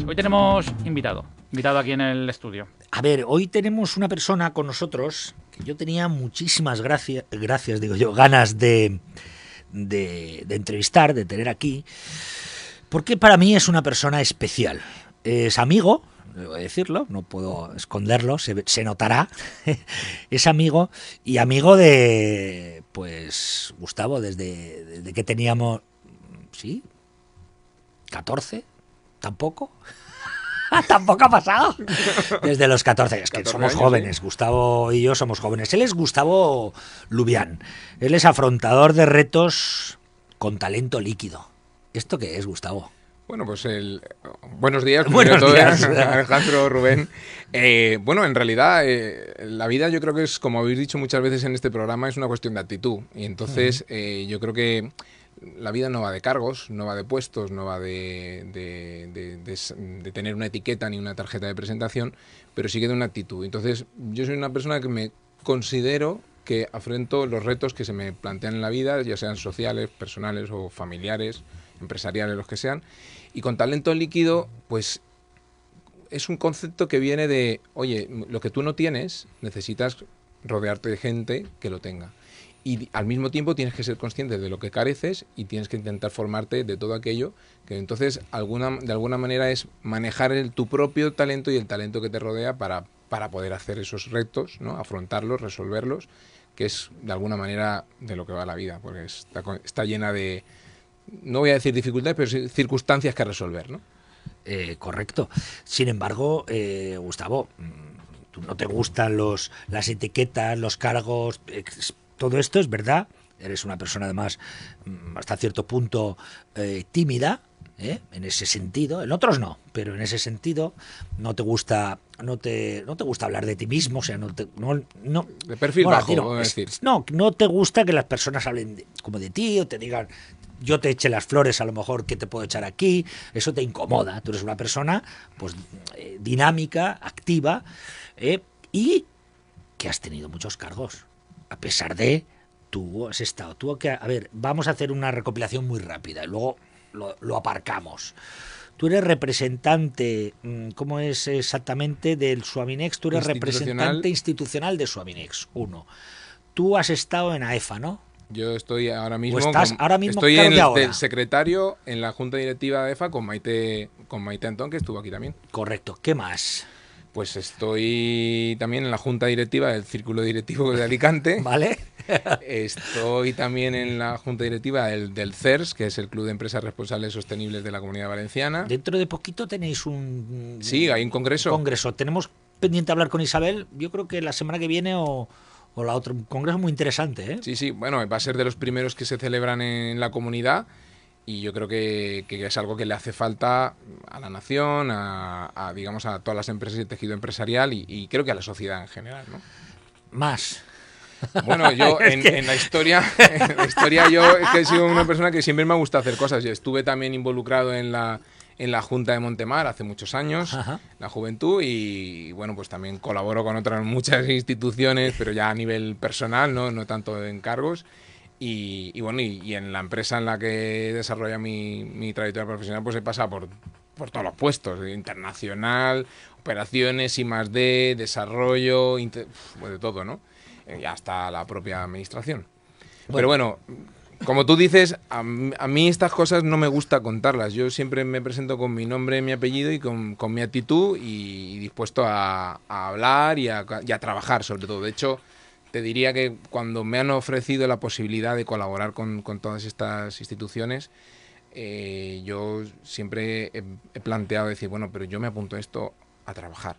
Hoy tenemos invitado aquí en el estudio. A ver, hoy tenemos una persona con nosotros que yo tenía muchísimas ganas de entrevistar, de tener aquí, porque para mí es una persona especial. Es amigo, debo decirlo, no puedo esconderlo, se notará. Es amigo y amigo de, pues, Gustavo, desde que teníamos, ¿sí? 14, tampoco. Tampoco ha pasado. Desde los 14, es que 14 somos años, jóvenes, ¿sí? Gustavo y yo somos jóvenes. Él es Gustavo Lubián. Él es afrontador de retos con talento líquido. ¿Esto qué es, Gustavo? Bueno, pues buenos días, Buenos primero de todo, días. Alejandro, Rubén. Bueno, en realidad, la vida yo creo que es, como habéis dicho muchas veces en este programa, es una cuestión de actitud. Y entonces yo creo que la vida no va de cargos, no va de puestos, no va de tener una etiqueta ni una tarjeta de presentación, pero sí que de una actitud. Entonces yo soy una persona que me considero que afronto los retos que se me plantean en la vida, ya sean sociales, personales o familiares, empresariales, los que sean. Y con talento líquido, pues es un concepto que viene de, oye, lo que tú no tienes, necesitas rodearte de gente que lo tenga. Y al mismo tiempo tienes que ser consciente de lo que careces y tienes que intentar formarte de todo aquello, que entonces de alguna manera es manejar tu propio talento y el talento que te rodea para poder hacer esos retos, ¿no? Afrontarlos, resolverlos, que es de alguna manera de lo que va la vida, porque está llena de, no voy a decir dificultades, pero sí circunstancias que resolver, ¿no? Correcto. Sin embargo, Gustavo, tú no te gustan las etiquetas, los cargos, todo esto es verdad. Eres una persona además hasta cierto punto tímida, en ese sentido. En otros no, pero en ese sentido no te gusta hablar de ti mismo, o sea, no de perfil bajo, no, decir. No te gusta que las personas hablen como de ti o te digan, yo te eche las flores a lo mejor que te puedo echar aquí. Eso te incomoda. Tú eres una persona pues dinámica, activa, y que has tenido muchos cargos. A pesar de tú has estado. A ver, vamos a hacer una recopilación muy rápida y luego lo aparcamos. Tú eres representante, ¿cómo es exactamente? Del Suaminex. Tú eres representante institucional de Suaminex. 1. Tú has estado en AEFA, ¿no? Yo estoy ahora mismo, estoy en el secretario en la junta directiva de EFA con Maite Antón, que estuvo aquí también. Correcto. ¿Qué más? Pues estoy también en la junta directiva del Círculo Directivo de Alicante. ¿Vale? Estoy también en la junta directiva del CERS, que es el Club de Empresas Responsables Sostenibles de la Comunidad Valenciana. Dentro de poquito tenéis un... Sí, hay un congreso. Tenemos pendiente hablar con Isabel, yo creo que la semana que viene o la otra. Un congreso muy interesante, ¿eh? Sí, bueno, va a ser de los primeros que se celebran en la comunidad. Y yo creo que es algo que le hace falta a la nación, digamos, a todas las empresas y el tejido empresarial y creo que a la sociedad en general, ¿no? Más. Bueno, yo en la historia yo es que he sido una persona que siempre me ha gustado hacer cosas. Yo estuve también involucrado en la Junta de Montemar hace muchos años, Ajá. La juventud, y bueno, pues también colaboro con otras muchas instituciones, pero ya a nivel personal, no tanto en cargos. Y bueno, y en la empresa en la que desarrolla mi trayectoria profesional, pues he pasado por todos los puestos, internacional, operaciones, I+D, desarrollo, pues de todo, ¿no? Y hasta la propia administración. Pero bueno, como tú dices, a mí estas cosas no me gusta contarlas. Yo siempre me presento con mi nombre, mi apellido y con mi actitud y dispuesto a hablar y a trabajar, sobre todo. De hecho, te diría que cuando me han ofrecido la posibilidad de colaborar con todas estas instituciones, yo siempre he planteado decir, bueno, pero yo me apunto a esto a trabajar.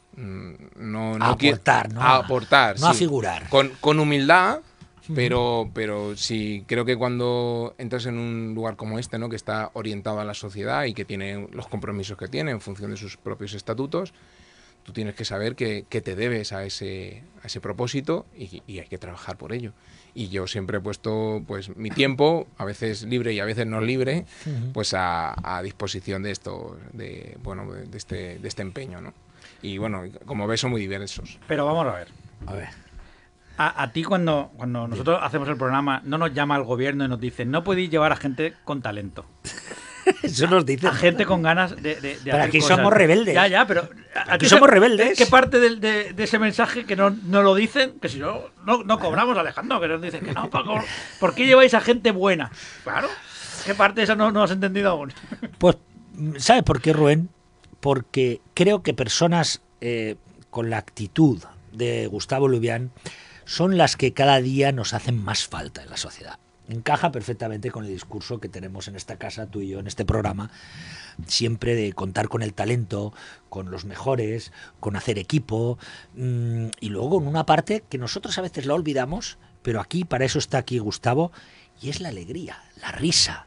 A aportar, ¿no? A aportar, no sí. A figurar. Con humildad, pero sí, creo que cuando entras en un lugar como este, ¿no? Que está orientado a la sociedad y que tiene los compromisos que tiene en función de sus propios estatutos, tú tienes que saber que te debes a ese propósito y hay que trabajar por ello. Y yo siempre he puesto pues mi tiempo, a veces libre y a veces no libre, pues a disposición de esto, de este empeño, ¿no? Y bueno, como ves, son muy diversos. Pero vamos a ver. A ver. A ti cuando nosotros hacemos el programa no nos llama el gobierno y nos dice no podéis llevar a gente con talento. Eso nos dicen. a gente con ganas de Pero hacer aquí cosas. somos rebeldes. Ya, pero... Aquí somos rebeldes. ¿Qué parte de ese mensaje que no lo dicen? Que si no cobramos, Alejandro, que nos dicen que no, Paco, ¿por qué lleváis a gente buena? Claro, ¿qué parte de esa no has entendido aún? Pues, ¿sabes por qué, Rubén? Porque creo que personas con la actitud de Gustavo Lubián son las que cada día nos hacen más falta en la sociedad. Encaja perfectamente con el discurso que tenemos en esta casa, tú y yo, en este programa, siempre de contar con el talento, con los mejores, con hacer equipo, y luego con una parte que nosotros a veces la olvidamos, pero aquí, para eso está aquí Gustavo, y es la alegría, la risa,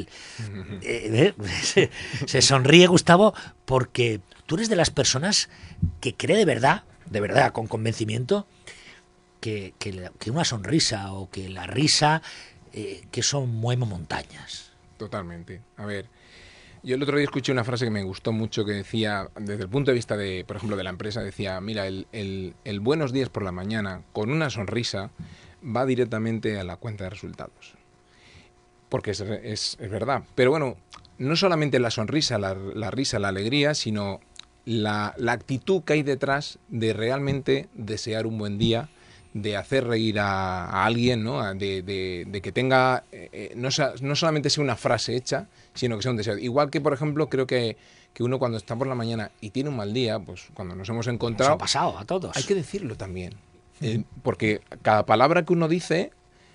se sonríe Gustavo porque tú eres de las personas que cree de verdad, con convencimiento, que una sonrisa o que la risa, que eso mueve montañas. Totalmente. A ver, yo el otro día escuché una frase que me gustó mucho que decía, desde el punto de vista de, por ejemplo, de la empresa, decía, mira, el buenos días por la mañana con una sonrisa va directamente a la cuenta de resultados. Porque es verdad. Pero bueno, no solamente la sonrisa, la risa, la alegría, sino la actitud que hay detrás de realmente desear un buen día, de hacer reír a alguien, ¿no? De que tenga, no solamente sea una frase hecha, sino que sea un deseo. Igual que, por ejemplo, creo que uno cuando está por la mañana y tiene un mal día, pues cuando nos hemos encontrado... Nos ha pasado a todos. Hay que decirlo también. Porque cada palabra que uno dice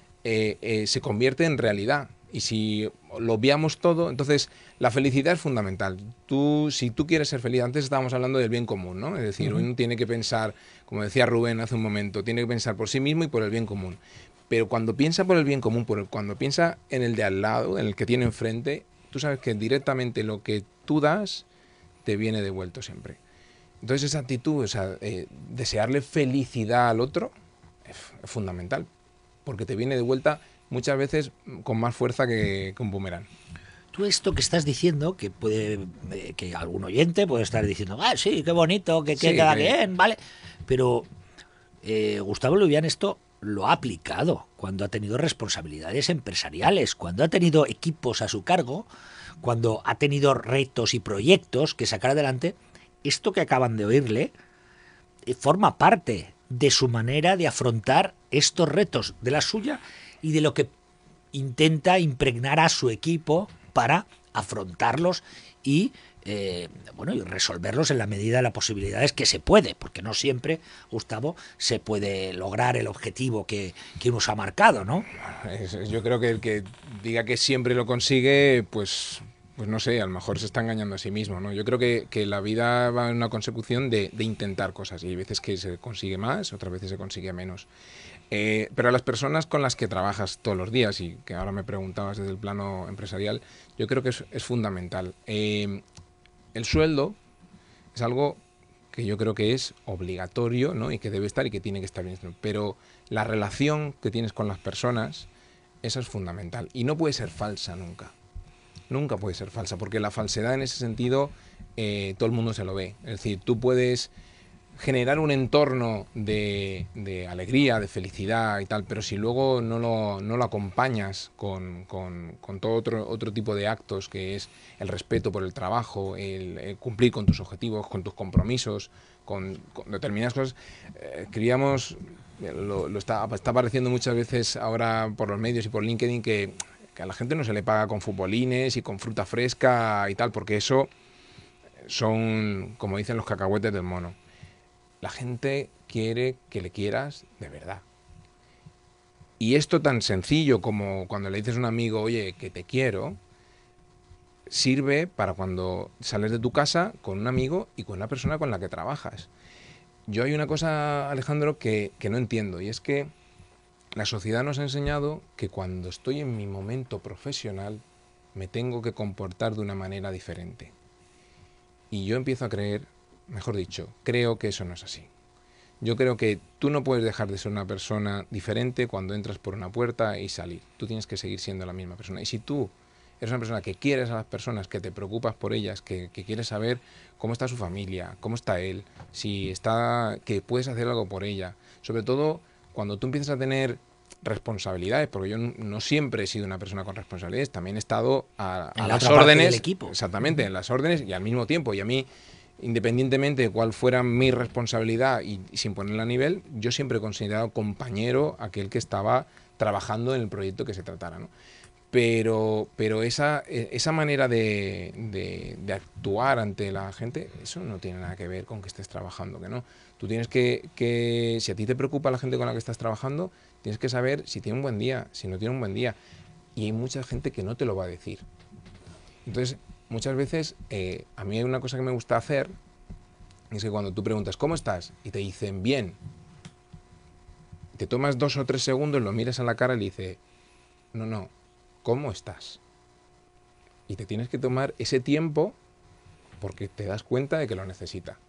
se convierte en realidad. Y si lo obviamos todo, entonces la felicidad es fundamental. Si tú quieres ser feliz, antes estábamos hablando del bien común, ¿no? Es decir, uno tiene que pensar, como decía Rubén hace un momento, tiene que pensar por sí mismo y por el bien común. Pero cuando piensa por el bien común, cuando piensa en el de al lado, en el que tiene enfrente, tú sabes que directamente lo que tú das te viene devuelto siempre. Entonces esa actitud, o sea, desearle felicidad al otro es fundamental, porque te viene de vuelta muchas veces con más fuerza que un boomerang. Tú esto que estás diciendo, que que algún oyente puede estar diciendo, sí, qué bonito, que Sí, queda bien, ¿vale? Pero Gustavo Lubián esto lo ha aplicado cuando ha tenido responsabilidades empresariales, cuando ha tenido equipos a su cargo, cuando ha tenido retos y proyectos que sacar adelante. Esto que acaban de oírle forma parte de su manera de afrontar estos retos, de la suya y de lo que intenta impregnar a su equipo para afrontarlos y y resolverlos en la medida de las posibilidades que se puede, porque no siempre, Gustavo, se puede lograr el objetivo que uno se ha marcado, ¿no? Yo creo que el que diga que siempre lo consigue, pues no sé, a lo mejor se está engañando a sí mismo, ¿no? Yo creo que la vida va en una consecución de intentar cosas, y hay veces que se consigue más, otras veces se consigue menos. Pero a las personas con las que trabajas todos los días, y que ahora me preguntabas desde el plano empresarial, yo creo que es fundamental. El sueldo es algo que yo creo que es obligatorio, ¿no? Y que debe estar y que tiene que estar bien. Pero la relación que tienes con las personas, esa es fundamental. Y no puede ser falsa nunca. Nunca puede ser falsa, porque la falsedad en ese sentido todo el mundo se lo ve. Es decir, tú puedes generar un entorno de alegría, de felicidad y tal, pero si luego no lo acompañas con todo otro tipo de actos, que es el respeto por el trabajo, el cumplir con tus objetivos, con tus compromisos, con determinadas cosas, está apareciendo muchas veces ahora por los medios y por LinkedIn que a la gente no se le paga con futbolines y con fruta fresca y tal, porque eso son, como dicen, los cacahuetes del mono. La gente quiere que le quieras de verdad. Y esto tan sencillo como cuando le dices a un amigo, oye, que te quiero, sirve para cuando sales de tu casa con un amigo y con una persona con la que trabajas. Yo hay una cosa, Alejandro, que no entiendo, y es que la sociedad nos ha enseñado que cuando estoy en mi momento profesional me tengo que comportar de una manera diferente. Y yo empiezo a creer, mejor dicho, creo que eso no es así. Yo creo que tú no puedes dejar de ser una persona diferente cuando entras por una puerta y salir. Tú tienes que seguir siendo la misma persona. Y si tú eres una persona que quieres a las personas, que te preocupas por ellas, que quieres saber cómo está su familia, cómo está él, que puedes hacer algo por ella, sobre todo cuando tú empiezas a tener responsabilidades, porque yo no siempre he sido una persona con responsabilidades, también he estado a En la las otra parte órdenes, del equipo. exactamente, en las órdenes y al mismo tiempo, y a mí, independientemente de cuál fuera mi responsabilidad y sin ponerla a nivel, yo siempre he considerado compañero aquel que estaba trabajando en el proyecto que se tratara, ¿no? Pero esa manera de actuar ante la gente, eso no tiene nada que ver con que estés trabajando, que no. Tú tienes que, si a ti te preocupa la gente con la que estás trabajando, tienes que saber si tiene un buen día, si no tiene un buen día. Y hay mucha gente que no te lo va a decir. Entonces, muchas veces, a mí hay una cosa que me gusta hacer, es que cuando tú preguntas, ¿cómo estás? Y te dicen, bien. Te tomas 2 o 3 segundos, lo miras a la cara y le dices, no, ¿cómo estás? Y te tienes que tomar ese tiempo porque te das cuenta de que lo necesita.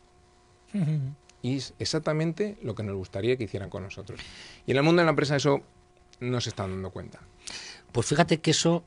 Y es exactamente lo que nos gustaría que hicieran con nosotros. Y en el mundo de la empresa eso no se están dando cuenta. Pues fíjate que eso,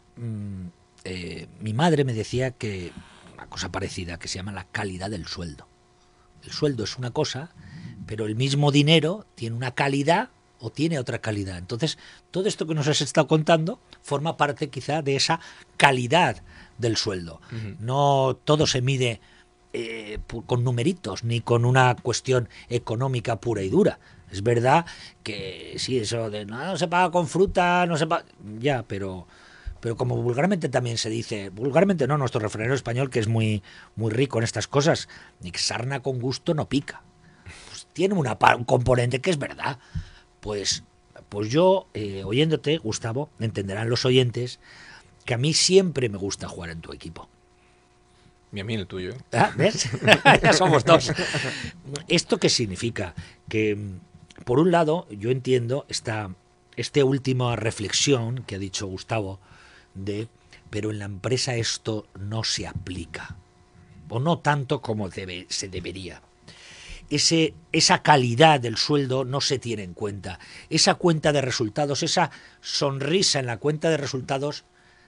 mi madre me decía que una cosa parecida, que se llama la calidad del sueldo. El sueldo es una cosa, pero el mismo dinero tiene una calidad o tiene otra calidad. Entonces, todo esto que nos has estado contando forma parte quizá de esa calidad del sueldo. No todo se mide con numeritos ni con una cuestión económica pura y dura. Es verdad que sí, eso de no se paga con fruta, no se paga... Ya, pero como vulgarmente también se dice, vulgarmente no, nuestro refranero español, que es muy, muy rico en estas cosas, ni que sarna con gusto no pica. Pues tiene un componente que es verdad. Pues yo, oyéndote, Gustavo, entenderán los oyentes que a mí siempre me gusta jugar en tu equipo. Y a mí el tuyo. ¿Ah? ¿Ves? Ya somos dos. ¿Esto qué significa? Que, por un lado, yo entiendo esta última reflexión que ha dicho Gustavo pero en la empresa esto no se aplica, o no tanto como se debería. Esa calidad del sueldo no se tiene en cuenta. Esa cuenta de resultados, esa sonrisa en la cuenta de resultados,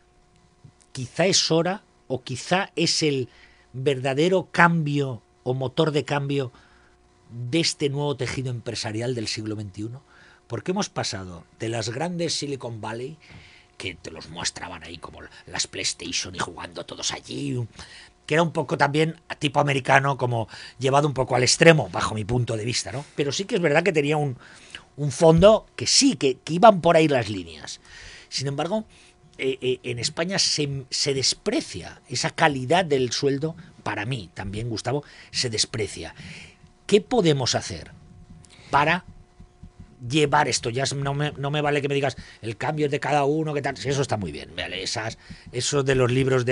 quizá es hora o quizá es el verdadero cambio o motor de cambio de este nuevo tejido empresarial del siglo XXI. Porque hemos pasado de las grandes Silicon Valley, que te los mostraban ahí como las PlayStation y jugando todos allí, que era un poco también tipo americano, como llevado un poco al extremo, bajo mi punto de vista, ¿no? Pero sí que es verdad que tenía un fondo que sí, que iban por ahí las líneas. Sin embargo, en España se desprecia esa calidad del sueldo, para mí también, Gustavo, se desprecia. ¿Qué podemos hacer para llevar esto? Ya no me vale que me digas el cambio es de cada uno, qué tal, si eso está muy bien, ¿vale? Eso de los libros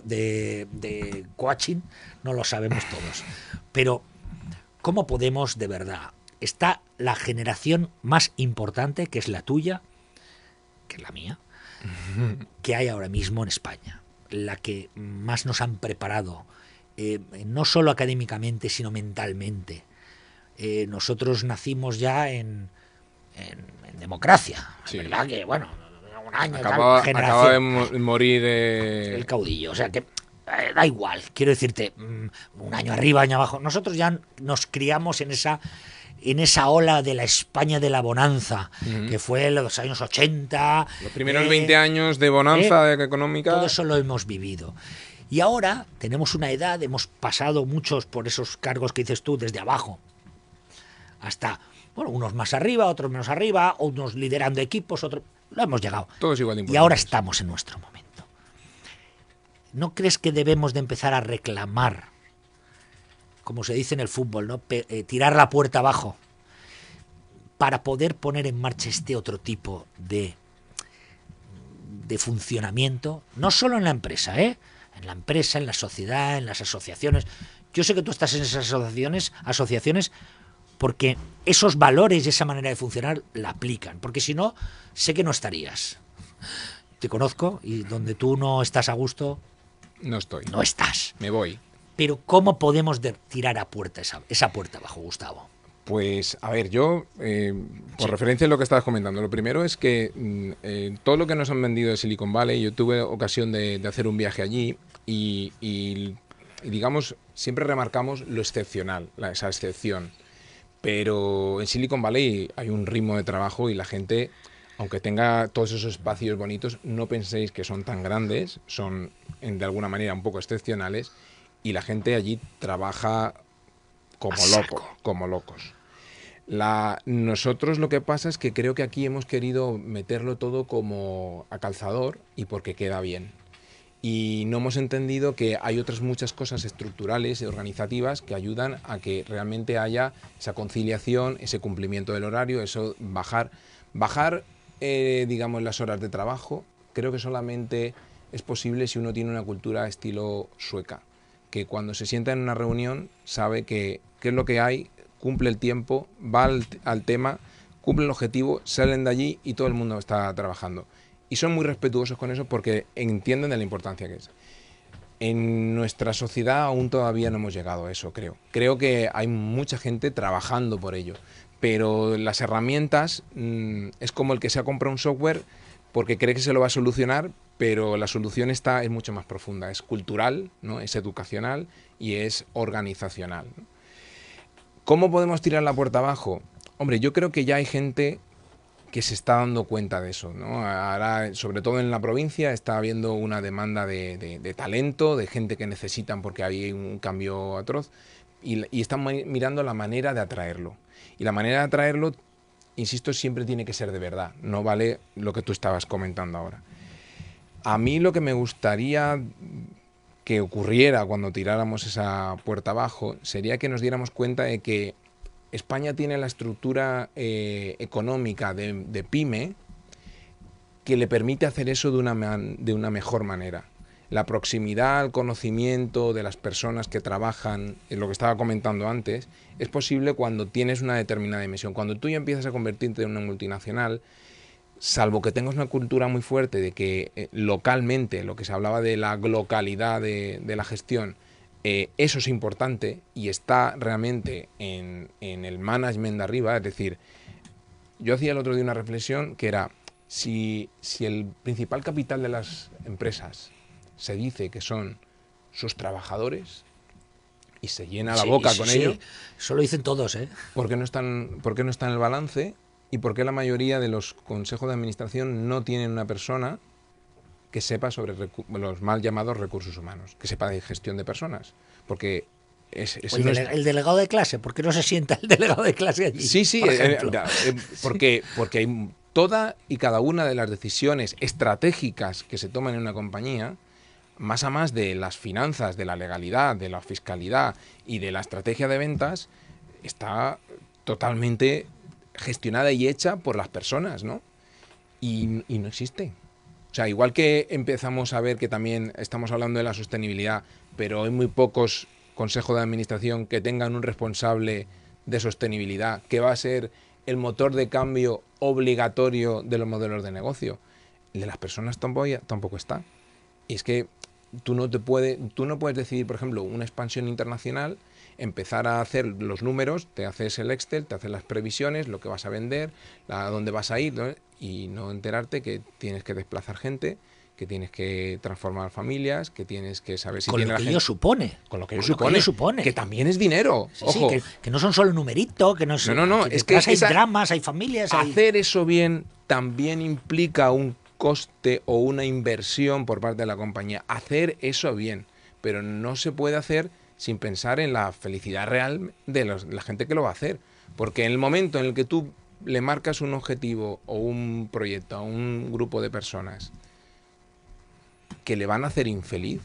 de coaching no lo sabemos todos, pero ¿cómo podemos de verdad? Está la generación más importante, que es la tuya, que es la mía, que hay ahora mismo en España, la que más nos han preparado, no solo académicamente, sino mentalmente. Nosotros nacimos ya en democracia, sí. ¿Verdad? Que bueno, un año acaba de morir el caudillo, o sea que da igual, quiero decirte, un año arriba, año abajo. Nosotros ya nos criamos en esa ola de la España de la bonanza, que fue los años 80. Los primeros 20 años de bonanza económica. Todo eso lo hemos vivido. Y ahora tenemos una edad, hemos pasado muchos por esos cargos que dices tú, desde abajo hasta, bueno, unos más arriba, otros menos arriba, unos liderando equipos, otros... Lo hemos llegado. Todos igual de importantes. Y ahora estamos en nuestro momento. ¿No crees que debemos de empezar a reclamar, como se dice en el fútbol, ¿no? Tirar la puerta abajo para poder poner en marcha este otro tipo de funcionamiento? No solo en la empresa, en la empresa, en la sociedad, en las asociaciones. Yo sé que tú estás en esas asociaciones porque esos valores y esa manera de funcionar la aplican, porque si no, sé que no estarías. Te conozco y donde tú no estás a gusto, no estoy. No estás. Me voy. Pero ¿cómo podemos tirar a puerta esa puerta abajo, Gustavo? Pues, a ver, yo, por referencia a lo que estabas comentando, lo primero es que todo lo que nos han vendido de Silicon Valley, yo tuve ocasión de hacer un viaje allí y digamos, siempre remarcamos lo excepcional, esa excepción. Pero en Silicon Valley hay un ritmo de trabajo y la gente aunque tenga todos esos espacios bonitos, no penséis que son tan grandes, son de alguna manera un poco excepcionales, y la gente allí trabaja como locos. Nosotros lo que pasa es que creo que aquí hemos querido meterlo todo como a calzador y porque queda bien. Y no hemos entendido que hay otras muchas cosas estructurales y organizativas que ayudan a que realmente haya esa conciliación, ese cumplimiento del horario, eso bajar digamos, las horas de trabajo. Creo que solamente es posible si uno tiene una cultura estilo sueca, que cuando se sienta en una reunión sabe qué es lo que hay, cumple el tiempo, va al tema, cumple el objetivo, salen de allí y todo el mundo está trabajando. Y son muy respetuosos con eso porque entienden de la importancia que es. En nuestra sociedad aún todavía no hemos llegado a eso, creo. Creo que hay mucha gente trabajando por ello, pero las herramientas es como el que se ha comprado un software porque cree que se lo va a solucionar, pero la solución es mucho más profunda, es cultural, ¿no? Es educacional y es organizacional, ¿no? ¿Cómo podemos tirar la puerta abajo? Hombre, yo creo que ya hay gente que se está dando cuenta de eso, ¿no? Ahora, sobre todo en la provincia, está habiendo una demanda de talento, de gente que necesitan porque hay un cambio atroz, y están mirando la manera de atraerlo. Y la manera de atraerlo, insisto, siempre tiene que ser de verdad, no vale lo que tú estabas comentando ahora. A mí lo que me gustaría que ocurriera cuando tiráramos esa puerta abajo sería que nos diéramos cuenta de que España tiene la estructura económica de pyme que le permite hacer eso de una mejor manera. La proximidad al conocimiento de las personas que trabajan, lo que estaba comentando antes, es posible cuando tienes una determinada dimensión. Cuando tú ya empiezas a convertirte en una multinacional, salvo que tengas una cultura muy fuerte de que localmente, lo que se hablaba de la localidad de la gestión, eso es importante y está realmente en el management de arriba. Es decir, yo hacía el otro día una reflexión que era, si el principal capital de las empresas se dice que son sus trabajadores y se llena la boca con ello, eso lo dicen todos, ¿eh? ¿Por qué no está en el balance? ¿Y por qué la mayoría de los consejos de administración no tienen una persona que sepa sobre los mal llamados recursos humanos, que sepa de gestión de personas? Porque el delegado de clase, ¿por qué no se sienta el delegado de clase allí? Sí, porque hay toda y cada una de las decisiones estratégicas que se toman en una compañía, más a más de las finanzas, de la legalidad, de la fiscalidad y de la estrategia de ventas, está totalmente gestionada y hecha por las personas, ¿no? Y no existe. O sea, igual que empezamos a ver que también estamos hablando de la sostenibilidad, pero hay muy pocos consejos de administración que tengan un responsable de sostenibilidad, que va a ser el motor de cambio obligatorio de los modelos de negocio. El de las personas tampoco está. Y es que tú no puedes decidir, por ejemplo, una expansión internacional, empezar a hacer los números, te haces el Excel, te haces las previsiones, lo que vas a vender, a dónde vas a ir, ¿no? Y no enterarte que tienes que desplazar gente, que tienes que transformar familias, que tienes que saber si con tiene lo que la ello gente... supone. Con lo que ello supone. Que también es dinero. Sí, Ojo. sí, que no son solo numeritos, que no es... No, que es que hay dramas, hay familias... Hacer eso bien también implica un coste o una inversión por parte de la compañía. Hacer eso bien, pero no se puede hacer sin pensar en la felicidad real de la gente que lo va a hacer. Porque en el momento en el que tú le marcas un objetivo o un proyecto a un grupo de personas que le van a hacer infeliz,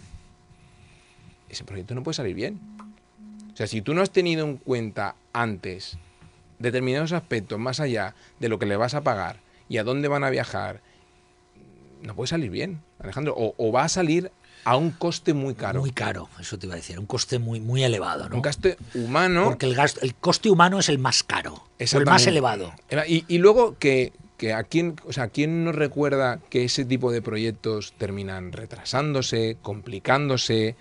ese proyecto no puede salir bien. O sea, si tú no has tenido en cuenta antes determinados aspectos más allá de lo que le vas a pagar y a dónde van a viajar, no puede salir bien, Alejandro. O va a salir a un coste muy caro. Muy caro, eso te iba a decir, un coste muy elevado, ¿no? Un coste humano. Porque el coste humano es el más caro, o el más elevado. Y luego que a quién nos recuerda que ese tipo de proyectos terminan retrasándose, complicándose,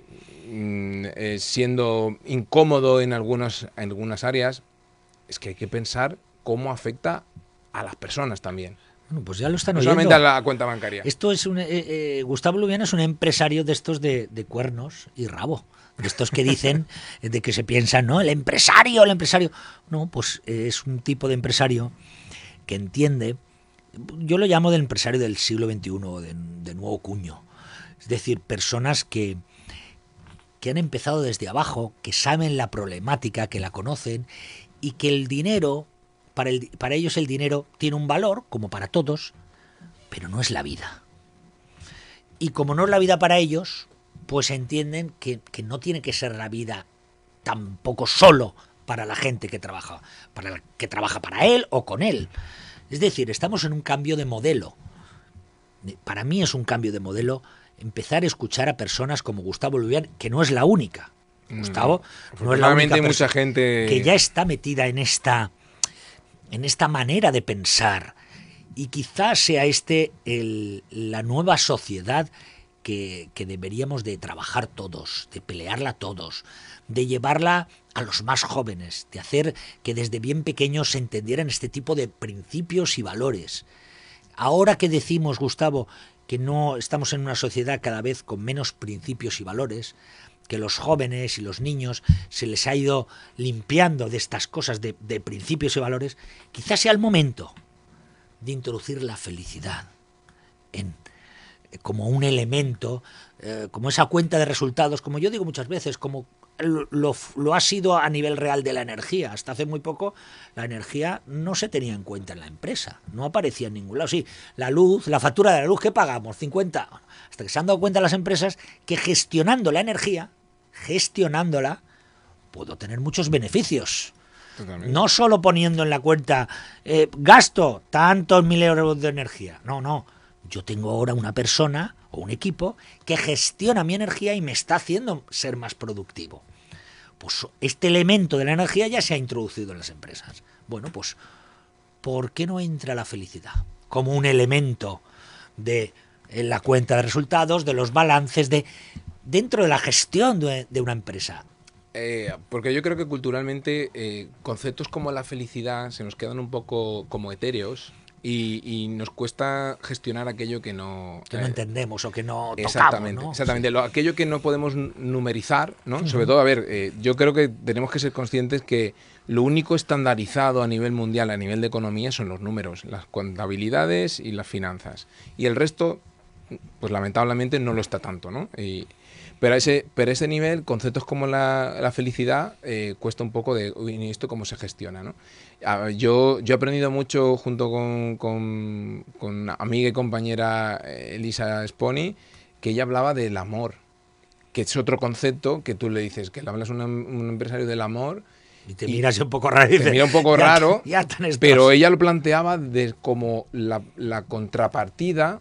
siendo incómodo en algunas áreas. Es que hay que pensar cómo afecta a las personas también. Bueno, pues ya lo están no oyendo. solamente a la cuenta bancaria. Esto es Gustavo Lubiano es un empresario de estos de cuernos y rabo. De estos que dicen, de que se piensan, ¿no? El empresario. No, pues es un tipo de empresario que entiende Yo lo llamo del empresario del siglo XXI, de nuevo cuño. Es decir, personas que han empezado desde abajo, que saben la problemática, que la conocen y que el dinero, para ellos el dinero tiene un valor, como para todos, pero no es la vida. Y como no es la vida para ellos, pues entienden que no tiene que ser la vida tampoco solo para la gente que trabaja para él o con él. Es decir, estamos en un cambio de modelo. Para mí es un cambio de modelo empezar a escuchar a personas como Gustavo Lubián, que no es la única. Gustavo no es la única hay mucha gente que ya está metida en esta manera de pensar. Y quizás sea la nueva sociedad que deberíamos de trabajar todos, de pelearla todos, de llevarla a los más jóvenes, de hacer que desde bien pequeños se entendieran este tipo de principios y valores. Ahora que decimos, Gustavo, que no estamos en una sociedad cada vez con menos principios y valores, que los jóvenes y los niños se les ha ido limpiando de estas cosas de principios y valores, quizás sea el momento de introducir la felicidad como un elemento, como esa cuenta de resultados, como yo digo muchas veces, como lo ha sido a nivel real de la energía. Hasta hace muy poco la energía no se tenía en cuenta en la empresa, no aparecía en ningún lado. Sí, la luz, la factura de la luz, ¿qué pagamos? 50. Hasta que se han dado cuenta las empresas que gestionando la energía, puedo tener muchos beneficios. Totalmente. No solo poniendo en la cuenta, gasto tantos 1.000 euros de energía. No. Yo tengo ahora una persona o un equipo que gestiona mi energía y me está haciendo ser más productivo. Pues este elemento de la energía ya se ha introducido en las empresas. Bueno, pues, ¿por qué no entra la felicidad como un elemento de la cuenta de resultados, de los balances, dentro de la gestión de una empresa? Porque yo creo que culturalmente conceptos como la felicidad se nos quedan un poco como etéreos y nos cuesta gestionar aquello que no entendemos o que no exactamente, tocamos, ¿no? exactamente. Sí. Aquello que no podemos numerizar, ¿no? Sobre todo, a ver, yo creo que tenemos que ser conscientes que lo único estandarizado a nivel mundial, a nivel de economía, son los números, las contabilidades y las finanzas. Y el resto, pues lamentablemente no lo está tanto, ¿no? Pero a ese nivel, conceptos como la felicidad cuesta un poco de, uy, ¿y esto cómo se gestiona, no? Yo he aprendido mucho junto con amiga y compañera Elisa Sponi, que ella hablaba del amor, que es otro concepto que tú le dices, que le hablas a un empresario del amor y te miras un poco raro. Te mira un poco raro, pero ella lo planteaba como la contrapartida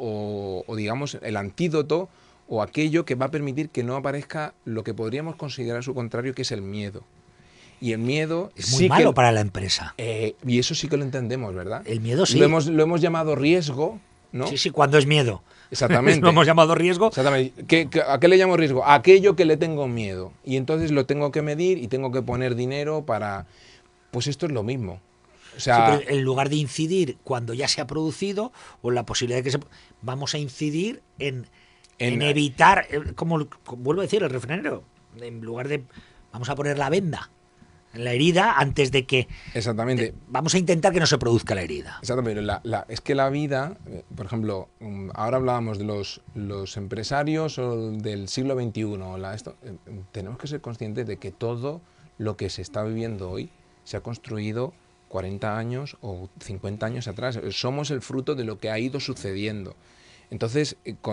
o digamos el antídoto o aquello que va a permitir que no aparezca lo que podríamos considerar su contrario, que es el miedo. Y el miedo es muy malo para la empresa. Y eso sí que lo entendemos, ¿verdad? El miedo sí. Lo hemos llamado riesgo, ¿no? Sí, cuando es miedo. Exactamente. Lo hemos llamado riesgo. Exactamente. ¿A qué le llamo riesgo? A aquello que le tengo miedo. Y entonces lo tengo que medir y tengo que poner dinero para... Pues esto es lo mismo. O sea, sí, pero en lugar de incidir cuando ya se ha producido o la posibilidad de que vamos a incidir en evitar, como vuelvo a decir, el refranero, en lugar de vamos a poner la venda en la herida antes de que... Exactamente. Vamos a intentar que no se produzca la herida. Exactamente. Es que la vida, por ejemplo, ahora hablábamos de los empresarios o del siglo XXI. Tenemos que ser conscientes de que todo lo que se está viviendo hoy se ha construido 40 años o 50 años atrás. Somos el fruto de lo que ha ido sucediendo. Entonces,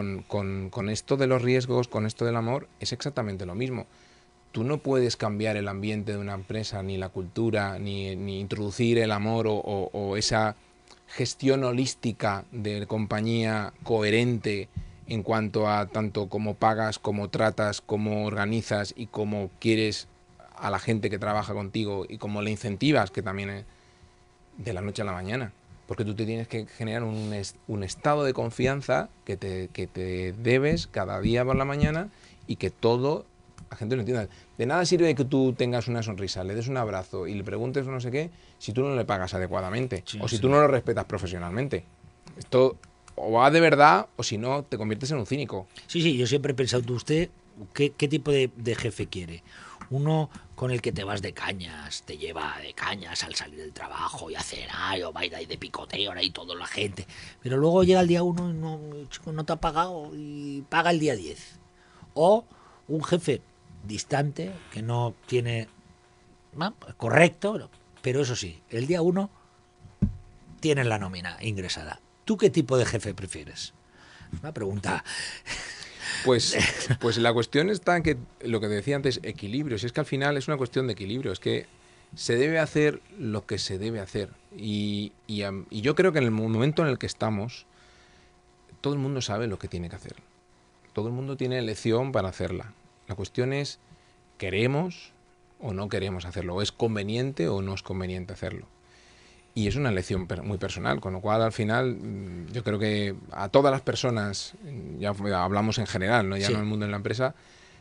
con esto de los riesgos, con esto del amor, es exactamente lo mismo. Tú no puedes cambiar el ambiente de una empresa, ni la cultura, ni introducir el amor o esa gestión holística de compañía coherente en cuanto a tanto cómo pagas, cómo tratas, cómo organizas y cómo quieres a la gente que trabaja contigo y cómo le incentivas, que también es de la noche a la mañana. Porque tú te tienes que generar un estado de confianza que te debes cada día por la mañana y que todo la gente lo entienda. De nada sirve que tú tengas una sonrisa, le des un abrazo y le preguntes no sé qué si tú no le pagas adecuadamente o si tú no lo respetas profesionalmente. Esto o va de verdad o si no te conviertes en un cínico. Sí, yo siempre he pensado, usted ¿Qué tipo de jefe quiere? Uno con el que te vas de cañas, te lleva de cañas al salir del trabajo y a cenar, o baila y de picoteo ahí toda la gente. Pero luego llega el día 1 y no, chico, no te ha pagado y paga el día 10. O un jefe distante que no tiene... correcto, pero eso sí, el día 1 tienes la nómina ingresada. ¿Tú qué tipo de jefe prefieres? Una pregunta. Pues la cuestión está en que, lo que te decía antes, equilibrio. Si es que al final es una cuestión de equilibrio. Es que se debe hacer lo que se debe hacer. Y yo creo que en el momento en el que estamos, todo el mundo sabe lo que tiene que hacer. Todo el mundo tiene elección para hacerla. La cuestión es, ¿queremos o no queremos hacerlo? ¿O es conveniente o no es conveniente hacerlo? Y es una elección muy personal, con lo cual al final yo creo que a todas las personas, ya hablamos en general, ¿no? Ya no en el mundo de la empresa,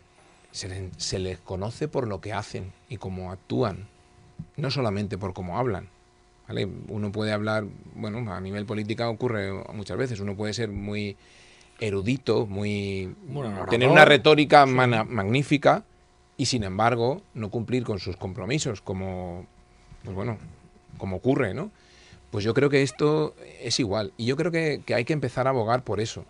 se les conoce por lo que hacen y cómo actúan, no solamente por cómo hablan. ¿Vale? Uno puede hablar, bueno, a nivel política ocurre muchas veces, uno puede ser muy erudito, tener una retórica magnífica y sin embargo no cumplir con sus compromisos, como ocurre, ¿no? Pues yo creo que esto es igual. Y yo creo que hay que empezar a abogar por eso.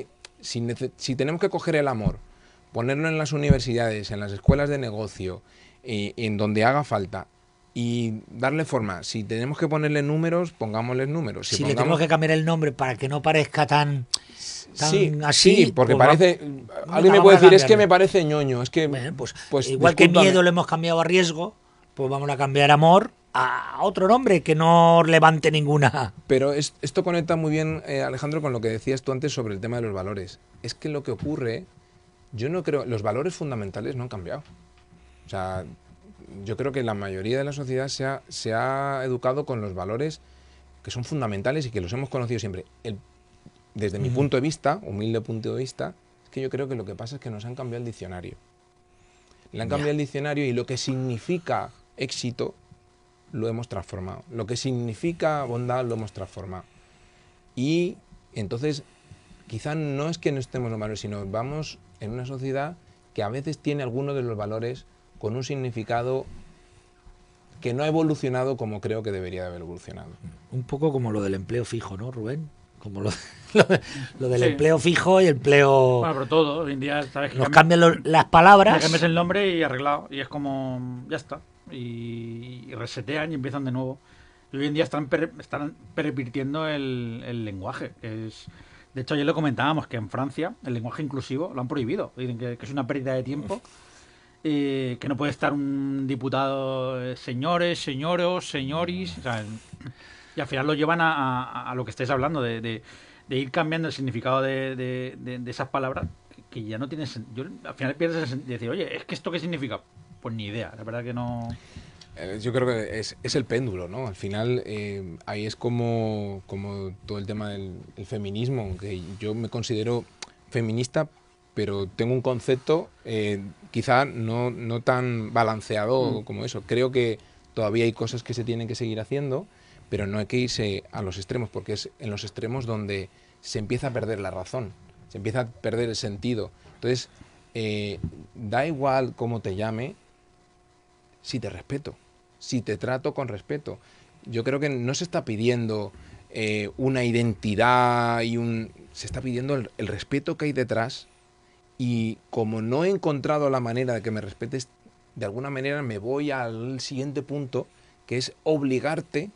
Si tenemos que coger el amor, ponerlo en las universidades, en las escuelas de negocio, en donde haga falta, y darle forma. Si tenemos que ponerle números, pongámosle números. Si le tenemos que cambiar el nombre para que no parezca tan así. Sí, porque parece... alguien me puede decir, es que me parece ñoño. Es que, bueno, pues igual que miedo lo hemos cambiado a riesgo, pues vamos a cambiar amor a otro nombre que no levante ninguna. Pero esto conecta muy bien, Alejandro, con lo que decías tú antes sobre el tema de los valores. Es que lo que ocurre, yo no creo, los valores fundamentales no han cambiado. O sea, yo creo que la mayoría de la sociedad se ha educado con los valores que son fundamentales y que los hemos conocido siempre. Desde mi punto de vista, humilde punto de vista, es que yo creo que lo que pasa es que nos han cambiado el diccionario. Le han cambiado el diccionario y lo que significa éxito lo hemos transformado. Lo que significa bondad lo hemos transformado. Y entonces, quizá no es que no estemos en los valores, sino vamos en una sociedad que a veces tiene algunos de los valores con un significado que no ha evolucionado como creo que debería de haber evolucionado. Un poco como lo del empleo fijo, ¿no, Rubén? Como lo del empleo fijo y empleo... Bueno, pero todo, hoy en día, ¿sabes? Que nos cambian las palabras. Cambias el nombre y arreglado. Y es como, ya está. Y resetean y empiezan de nuevo. Y hoy en día están pervirtiendo el lenguaje. De hecho, ayer lo comentábamos, que en Francia el lenguaje inclusivo lo han prohibido. Dicen que es una pérdida de tiempo. Que no puede estar un diputado señores, señoros, señoris. O sea, y al final lo llevan a lo que estáis hablando, de ir cambiando el significado de esas palabras que ya no tienen sentido. Al final pierdes el sentido de decir, oye, ¿es que esto qué significa? Pues ni idea, la verdad que no... Yo creo que es el péndulo, ¿no? Al final ahí es como todo el tema del feminismo, que yo me considero feminista, pero tengo un concepto quizá no tan balanceado como eso. Creo que todavía hay cosas que se tienen que seguir haciendo, pero no hay que irse a los extremos, porque es en los extremos donde se empieza a perder la razón, se empieza a perder el sentido. Entonces, da igual cómo te llame, si te respeto, si te trato con respeto. Yo creo que no se está pidiendo una identidad se está pidiendo el respeto que hay detrás, y como no he encontrado la manera de que me respetes, de alguna manera me voy al siguiente punto, que es obligarte,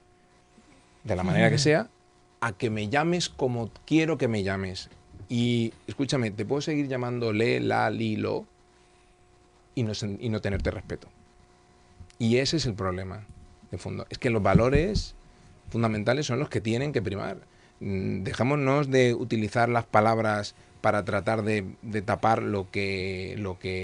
de la manera que sea, a que me llames como quiero que me llames. Y escúchame, te puedo seguir llamando le, la, li, lo, y no tenerte respeto. Y ese es el problema, de fondo. Es que los valores fundamentales son los que tienen que primar. Dejémonos de utilizar las palabras para tratar de tapar lo que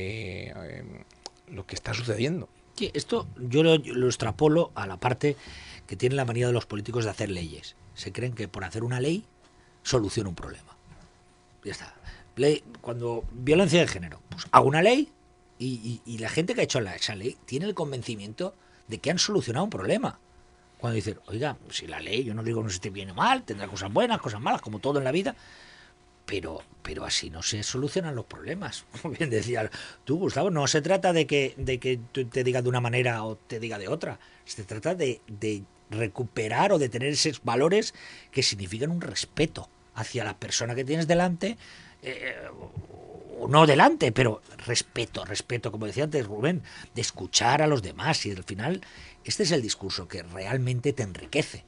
está sucediendo. Sí, esto yo lo extrapolo a la parte que tiene la manía de los políticos de hacer leyes. Se creen que por hacer una ley soluciona un problema. Ya está. Cuando violencia de género, pues hago una ley y la gente que ha hecho esa ley tiene el convencimiento de que han solucionado un problema. Cuando dicen, oiga, si la ley, yo no digo no se esté bien o mal, tendrá cosas buenas, cosas malas, como todo en la vida, pero así no se solucionan los problemas. Como bien decías tú, Gustavo, no se trata de que tú te diga de una manera o te diga de otra. Se trata de recuperar o de tener esos valores que significan un respeto hacia la persona que tienes delante, o no delante, pero respeto, como decía antes Rubén, de escuchar a los demás. Y al final, este es el discurso que realmente te enriquece.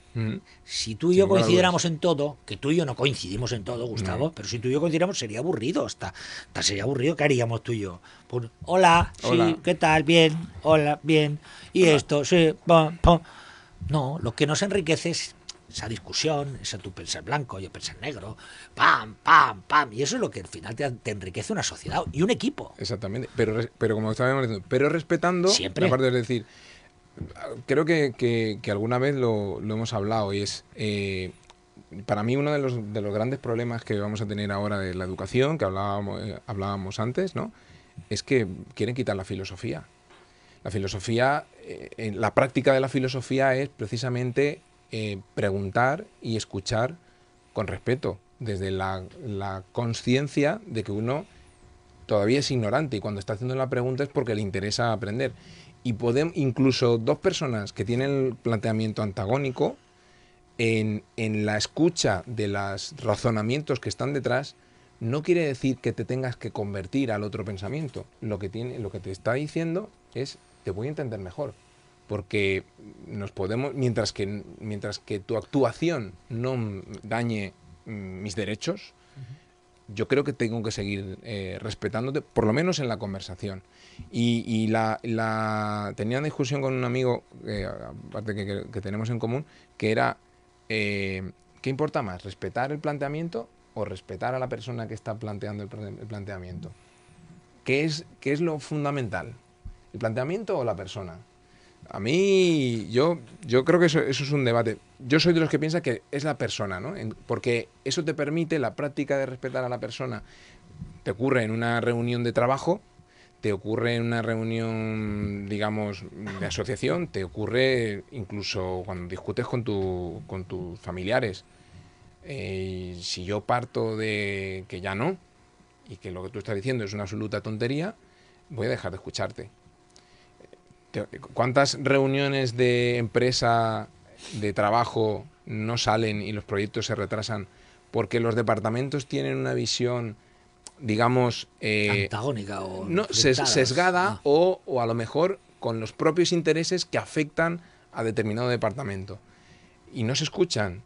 Si tú y yo coincidiéramos en todo, que tú y yo no coincidimos en todo, Gustavo, pero si tú y yo coincidiéramos sería aburrido, hasta sería aburrido. ¿Qué haríamos tú y yo? Pues, hola, sí, ¿qué tal? Bien, hola, bien. Y hola. Esto, sí, pum, pum. No, lo que nos enriquece es esa discusión, esa tú pensar blanco, yo pensar negro, pam, pam, pam. Y eso es lo que al final te enriquece una sociedad y un equipo. Exactamente, pero como estábamos diciendo, pero respetando siempre. La parte de decir, creo que alguna vez lo hemos hablado y es, para mí uno de los grandes problemas que vamos a tener ahora de la educación, que hablábamos antes, ¿no? Es que quieren quitar la filosofía. La filosofía, la práctica de la filosofía es precisamente preguntar y escuchar con respeto, desde la conciencia de que uno todavía es ignorante y cuando está haciendo la pregunta es porque le interesa aprender. Y podemos, incluso dos personas que tienen el planteamiento antagónico, en la escucha de los razonamientos que están detrás, no quiere decir que te tengas que convertir al otro pensamiento. Lo que te está diciendo es, te voy a entender mejor. Porque nos podemos, mientras que tu actuación no dañe mis derechos, yo creo que tengo que seguir respetándote, por lo menos en la conversación. Y tenía una discusión con un amigo, aparte que tenemos en común, que era, ¿qué importa más? ¿Respetar el planteamiento o respetar a la persona que está planteando el planteamiento? ¿Qué es lo fundamental? ¿El planteamiento o la persona? A mí, yo creo que eso es un debate. Yo soy de los que piensa que es la persona, ¿no? Porque eso te permite, la práctica de respetar a la persona, te ocurre en una reunión de trabajo, te ocurre en una reunión, digamos, de asociación, te ocurre incluso cuando discutes con tus familiares. Si yo parto de que ya no, y que lo que tú estás diciendo es una absoluta tontería, voy a dejar de escucharte. ¿Cuántas reuniones de empresa, de trabajo, no salen y los proyectos se retrasan porque los departamentos tienen una visión, digamos, antagónica o no, sesgada o a lo mejor con los propios intereses que afectan a determinado departamento? Y no se escuchan.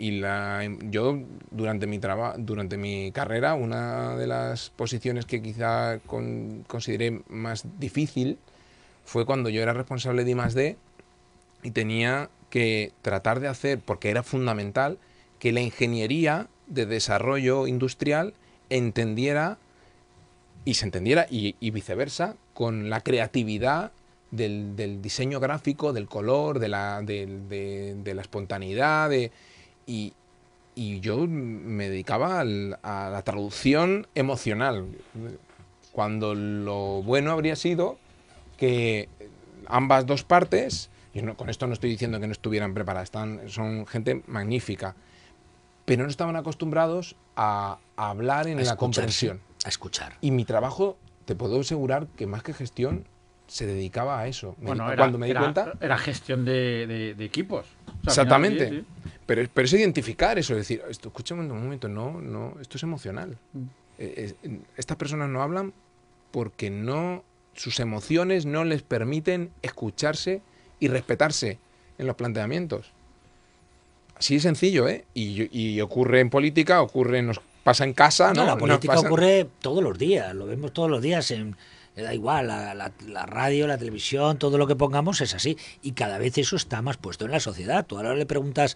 Yo, durante mi carrera, una de las posiciones que quizá consideré más difícil fue cuando yo era responsable de I+D y tenía que tratar de hacer, porque era fundamental, que la ingeniería de desarrollo industrial entendiera y se entendiera y viceversa con la creatividad del diseño gráfico, del color, de la espontaneidad, y yo me dedicaba a la traducción emocional, cuando lo bueno habría sido que ambas dos partes, y con esto no estoy diciendo que no estuvieran preparadas, son gente magnífica, pero no estaban acostumbrados a hablar en la comprensión. A escuchar. Y mi trabajo, te puedo asegurar que más que gestión, se dedicaba a eso. Cuando me di cuenta, era gestión de equipos. O sea, exactamente. Sí. Pero es identificar eso, es decir, escúchame un momento, no, esto es emocional. Estas personas no hablan porque sus emociones no les permiten escucharse y respetarse en los planteamientos. Así de sencillo, ¿eh? Y ocurre en política, nos pasa en casa, ¿no? La política ocurre todos los días, lo vemos todos los días da igual, la radio, la televisión, todo lo que pongamos es así. Y cada vez eso está más puesto en la sociedad. Tú ahora le preguntas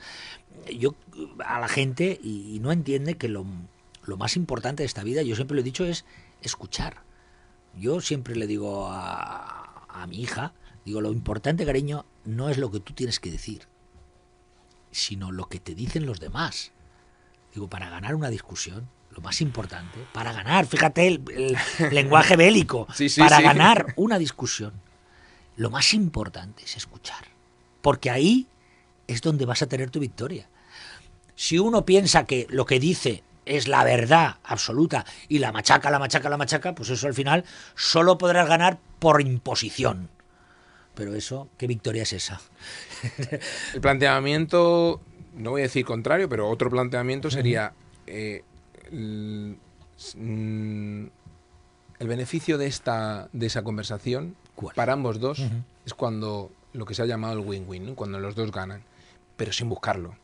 a la gente y no entiende que lo más importante de esta vida, yo siempre lo he dicho, es escuchar. Yo siempre le digo a mi hija, lo importante, cariño, no es lo que tú tienes que decir, sino lo que te dicen los demás. Para ganar una discusión, lo más importante, para ganar, fíjate el lenguaje bélico, ganar una discusión, lo más importante es escuchar. Porque ahí es donde vas a tener tu victoria. Si uno piensa que lo que dice es la verdad absoluta y la machaca, pues eso al final solo podrás ganar por imposición. Pero eso, ¿qué victoria es esa? El planteamiento, no voy a decir contrario, pero otro planteamiento sería el beneficio de esa conversación. ¿Cuál? Para ambos dos es cuando lo que se ha llamado el win-win, ¿no? Cuando los dos ganan, pero sin buscarlo.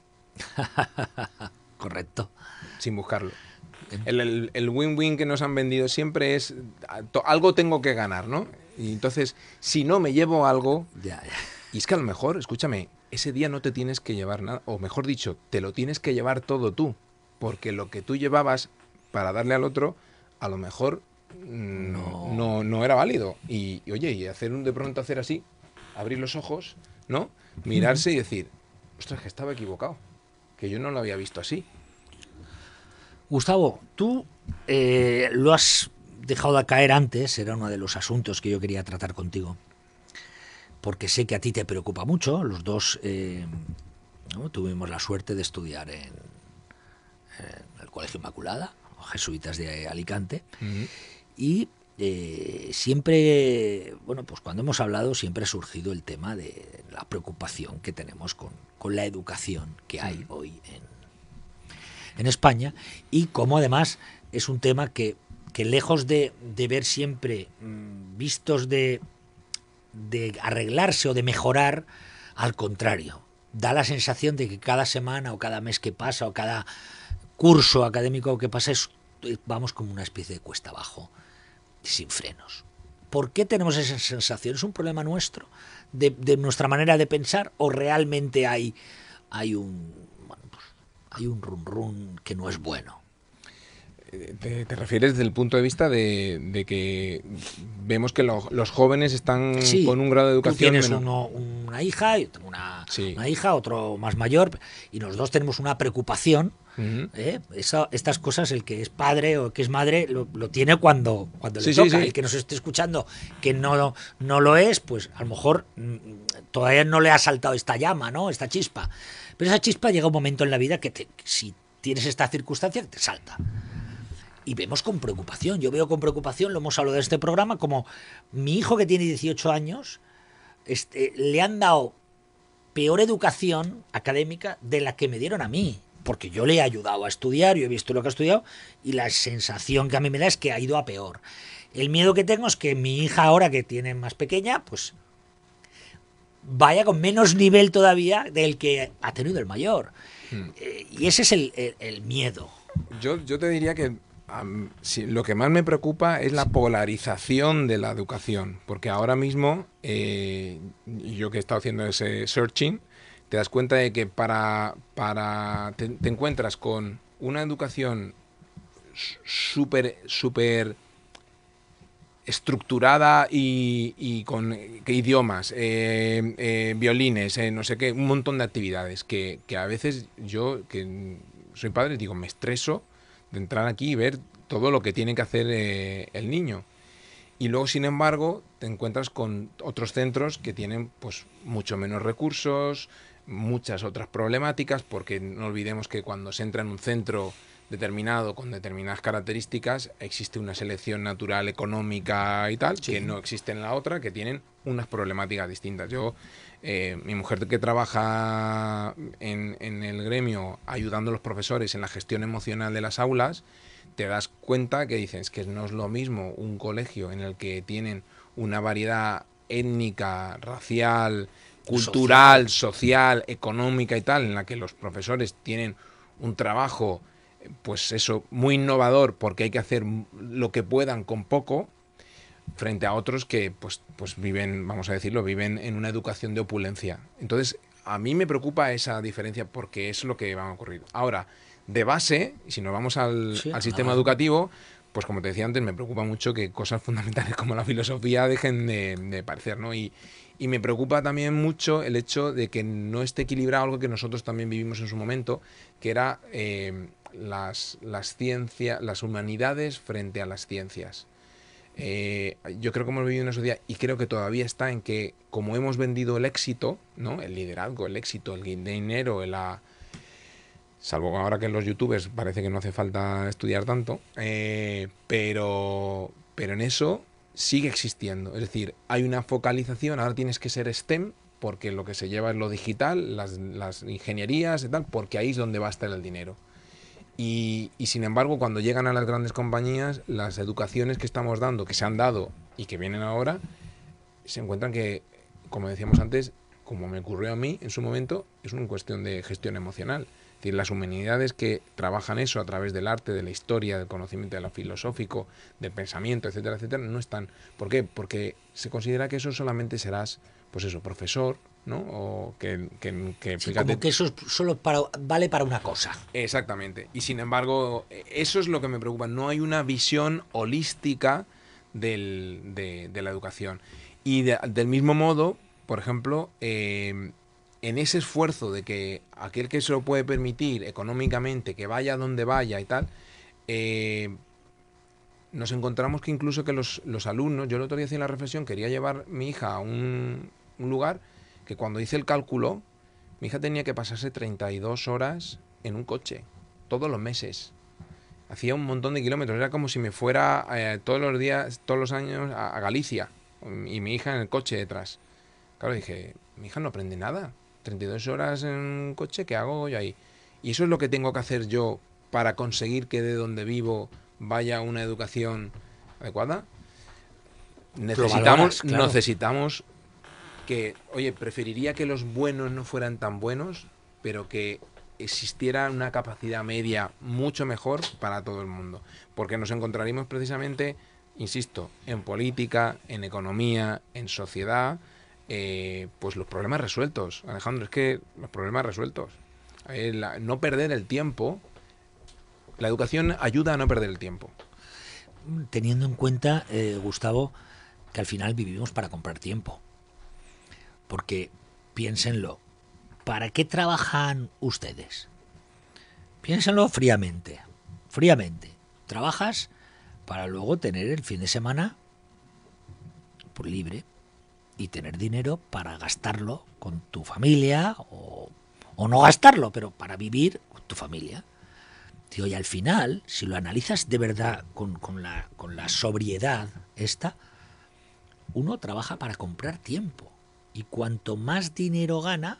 Correcto. Sin buscarlo. El win-win que nos han vendido siempre es algo tengo que ganar, ¿no? Y entonces, si no me llevo algo, Ya. y es que a lo mejor, escúchame, ese día no te tienes que llevar nada, o mejor dicho, te lo tienes que llevar todo tú, porque lo que tú llevabas para darle al otro, a lo mejor no era válido. Y oye, y de pronto hacer así, abrir los ojos, ¿no? Mirarse y decir, ostras, que estaba equivocado, que yo no lo había visto así. Gustavo, tú lo has dejado de caer antes, era uno de los asuntos que yo quería tratar contigo, porque sé que a ti te preocupa mucho. Los dos ¿no? Tuvimos la suerte de estudiar en el Colegio Inmaculada, o Jesuitas de Alicante, y siempre, bueno, pues cuando hemos hablado siempre ha surgido el tema de la preocupación que tenemos con la educación que hay hoy en España, y cómo además es un tema que lejos de ver siempre vistos de arreglarse o de mejorar, al contrario, da la sensación de que cada semana o cada mes que pasa o cada curso académico que pasa vamos como una especie de cuesta abajo, sin frenos. ¿Por qué tenemos esa sensación? ¿Es un problema nuestro, de nuestra manera de pensar, o realmente hay un run run que no es bueno? ¿Te refieres desde el punto de vista de que vemos que los jóvenes están con un grado de educación? Tú tienes una hija, yo tengo una hija, otro más mayor, y los dos tenemos una preocupación. Estas cosas, el que es padre o que es madre lo tiene cuando le toca. El que nos esté escuchando que no lo es, pues a lo mejor todavía no le ha saltado esta llama, ¿no? Esta chispa. Pero esa chispa llega un momento en la vida que si tienes esta circunstancia, te salta. Y vemos con preocupación, yo veo con preocupación, lo hemos hablado de este programa, como mi hijo que tiene 18 años, le han dado peor educación académica de la que me dieron a mí, porque yo le he ayudado a estudiar, yo he visto lo que ha estudiado, y la sensación que a mí me da es que ha ido a peor. El miedo que tengo es que mi hija ahora, que tiene más pequeña, pues vaya con menos nivel todavía del que ha tenido el mayor. Y ese es el miedo. Yo te diría que lo que más me preocupa es la polarización de la educación, porque ahora mismo, yo que he estado haciendo ese searching, te das cuenta de que te encuentras con una educación súper estructurada y con idiomas, violines, no sé qué, un montón de actividades que a veces yo, que soy padre, digo, me estreso de entrar aquí y ver todo lo que tiene que hacer el niño. Y luego, sin embargo, te encuentras con otros centros que tienen pues mucho menos recursos, muchas otras problemáticas, porque no olvidemos que cuando se entra en un centro determinado con determinadas características, existe una selección natural, económica y tal, que no existe en la otra, que tienen unas problemáticas distintas. Mi mujer, que trabaja en el gremio ayudando a los profesores en la gestión emocional de las aulas, te das cuenta que dices que no es lo mismo un colegio en el que tienen una variedad étnica, racial, cultural, social, económica y tal, en la que los profesores tienen un trabajo, pues eso, muy innovador, porque hay que hacer lo que puedan con poco, frente a otros que pues viven, vamos a decirlo, viven en una educación de opulencia. Entonces, a mí me preocupa esa diferencia, porque es lo que va a ocurrir. Ahora, de base, y si nos vamos al sistema educativo, pues como te decía antes, me preocupa mucho que cosas fundamentales como la filosofía dejen de parecer, ¿no? Y me preocupa también mucho el hecho de que no esté equilibrado algo que nosotros también vivimos en su momento, que era las ciencias, las humanidades frente a las ciencias. Yo creo que hemos vivido una sociedad, y creo que todavía está, en que como hemos vendido el éxito, ¿no? El liderazgo, el éxito, el dinero, salvo ahora que en los youtubers parece que no hace falta estudiar tanto, pero en eso sigue existiendo. Es decir, hay una focalización, ahora tienes que ser STEM, porque lo que se lleva es lo digital, las ingenierías y tal, porque ahí es donde va a estar el dinero. Y sin embargo, cuando llegan a las grandes compañías, las educaciones que estamos dando, que se han dado y que vienen ahora, se encuentran que, como decíamos antes, como me ocurrió a mí en su momento, es una cuestión de gestión emocional. Es decir, las humanidades que trabajan eso a través del arte, de la historia, del conocimiento de lo filosófico, del pensamiento, etcétera, etcétera, no están. ¿Por qué? Porque se considera que eso solamente serás, pues eso, profesor, ¿no? O que Sí, fíjate, como que eso solo vale para una cosa. exactamente. Y sin embargo, eso es lo que me preocupa. No hay una visión holística de la educación. Y del mismo modo, por ejemplo, en ese esfuerzo de que aquel que se lo puede permitir económicamente, que vaya donde vaya y tal, nos encontramos que incluso que los alumnos, yo el otro día hacía la reflexión, quería llevar mi hija a un lugar que cuando hice el cálculo, mi hija tenía que pasarse 32 horas en un coche, todos los meses. Hacía un montón de kilómetros, era como si me fuera todos los días, todos los años a Galicia, y mi hija en el coche detrás. Claro, dije, mi hija no aprende nada. 32 horas en un coche, ¿qué hago yo ahí? Y eso es lo que tengo que hacer yo para conseguir que de donde vivo vaya una educación adecuada. Valoras, claro. Necesitamos que, oye, preferiría que los buenos no fueran tan buenos, pero que existiera una capacidad media mucho mejor para todo el mundo. Porque nos encontraríamos precisamente, insisto, en política, en economía, en sociedad, pues los problemas resueltos. Alejandro, es que los problemas resueltos. No perder el tiempo. La educación ayuda a no perder el tiempo. Teniendo en cuenta, Gustavo, que al final vivimos para comprar tiempo. Porque, piénsenlo, ¿para qué trabajan ustedes? Piénsenlo fríamente. Fríamente. Trabajas para luego tener el fin de semana por libre y tener dinero para gastarlo con tu familia o no gastarlo, pero para vivir con tu familia. Tío, y al final, si lo analizas de verdad con la sobriedad esta, uno trabaja para comprar tiempo. Y cuanto más dinero gana,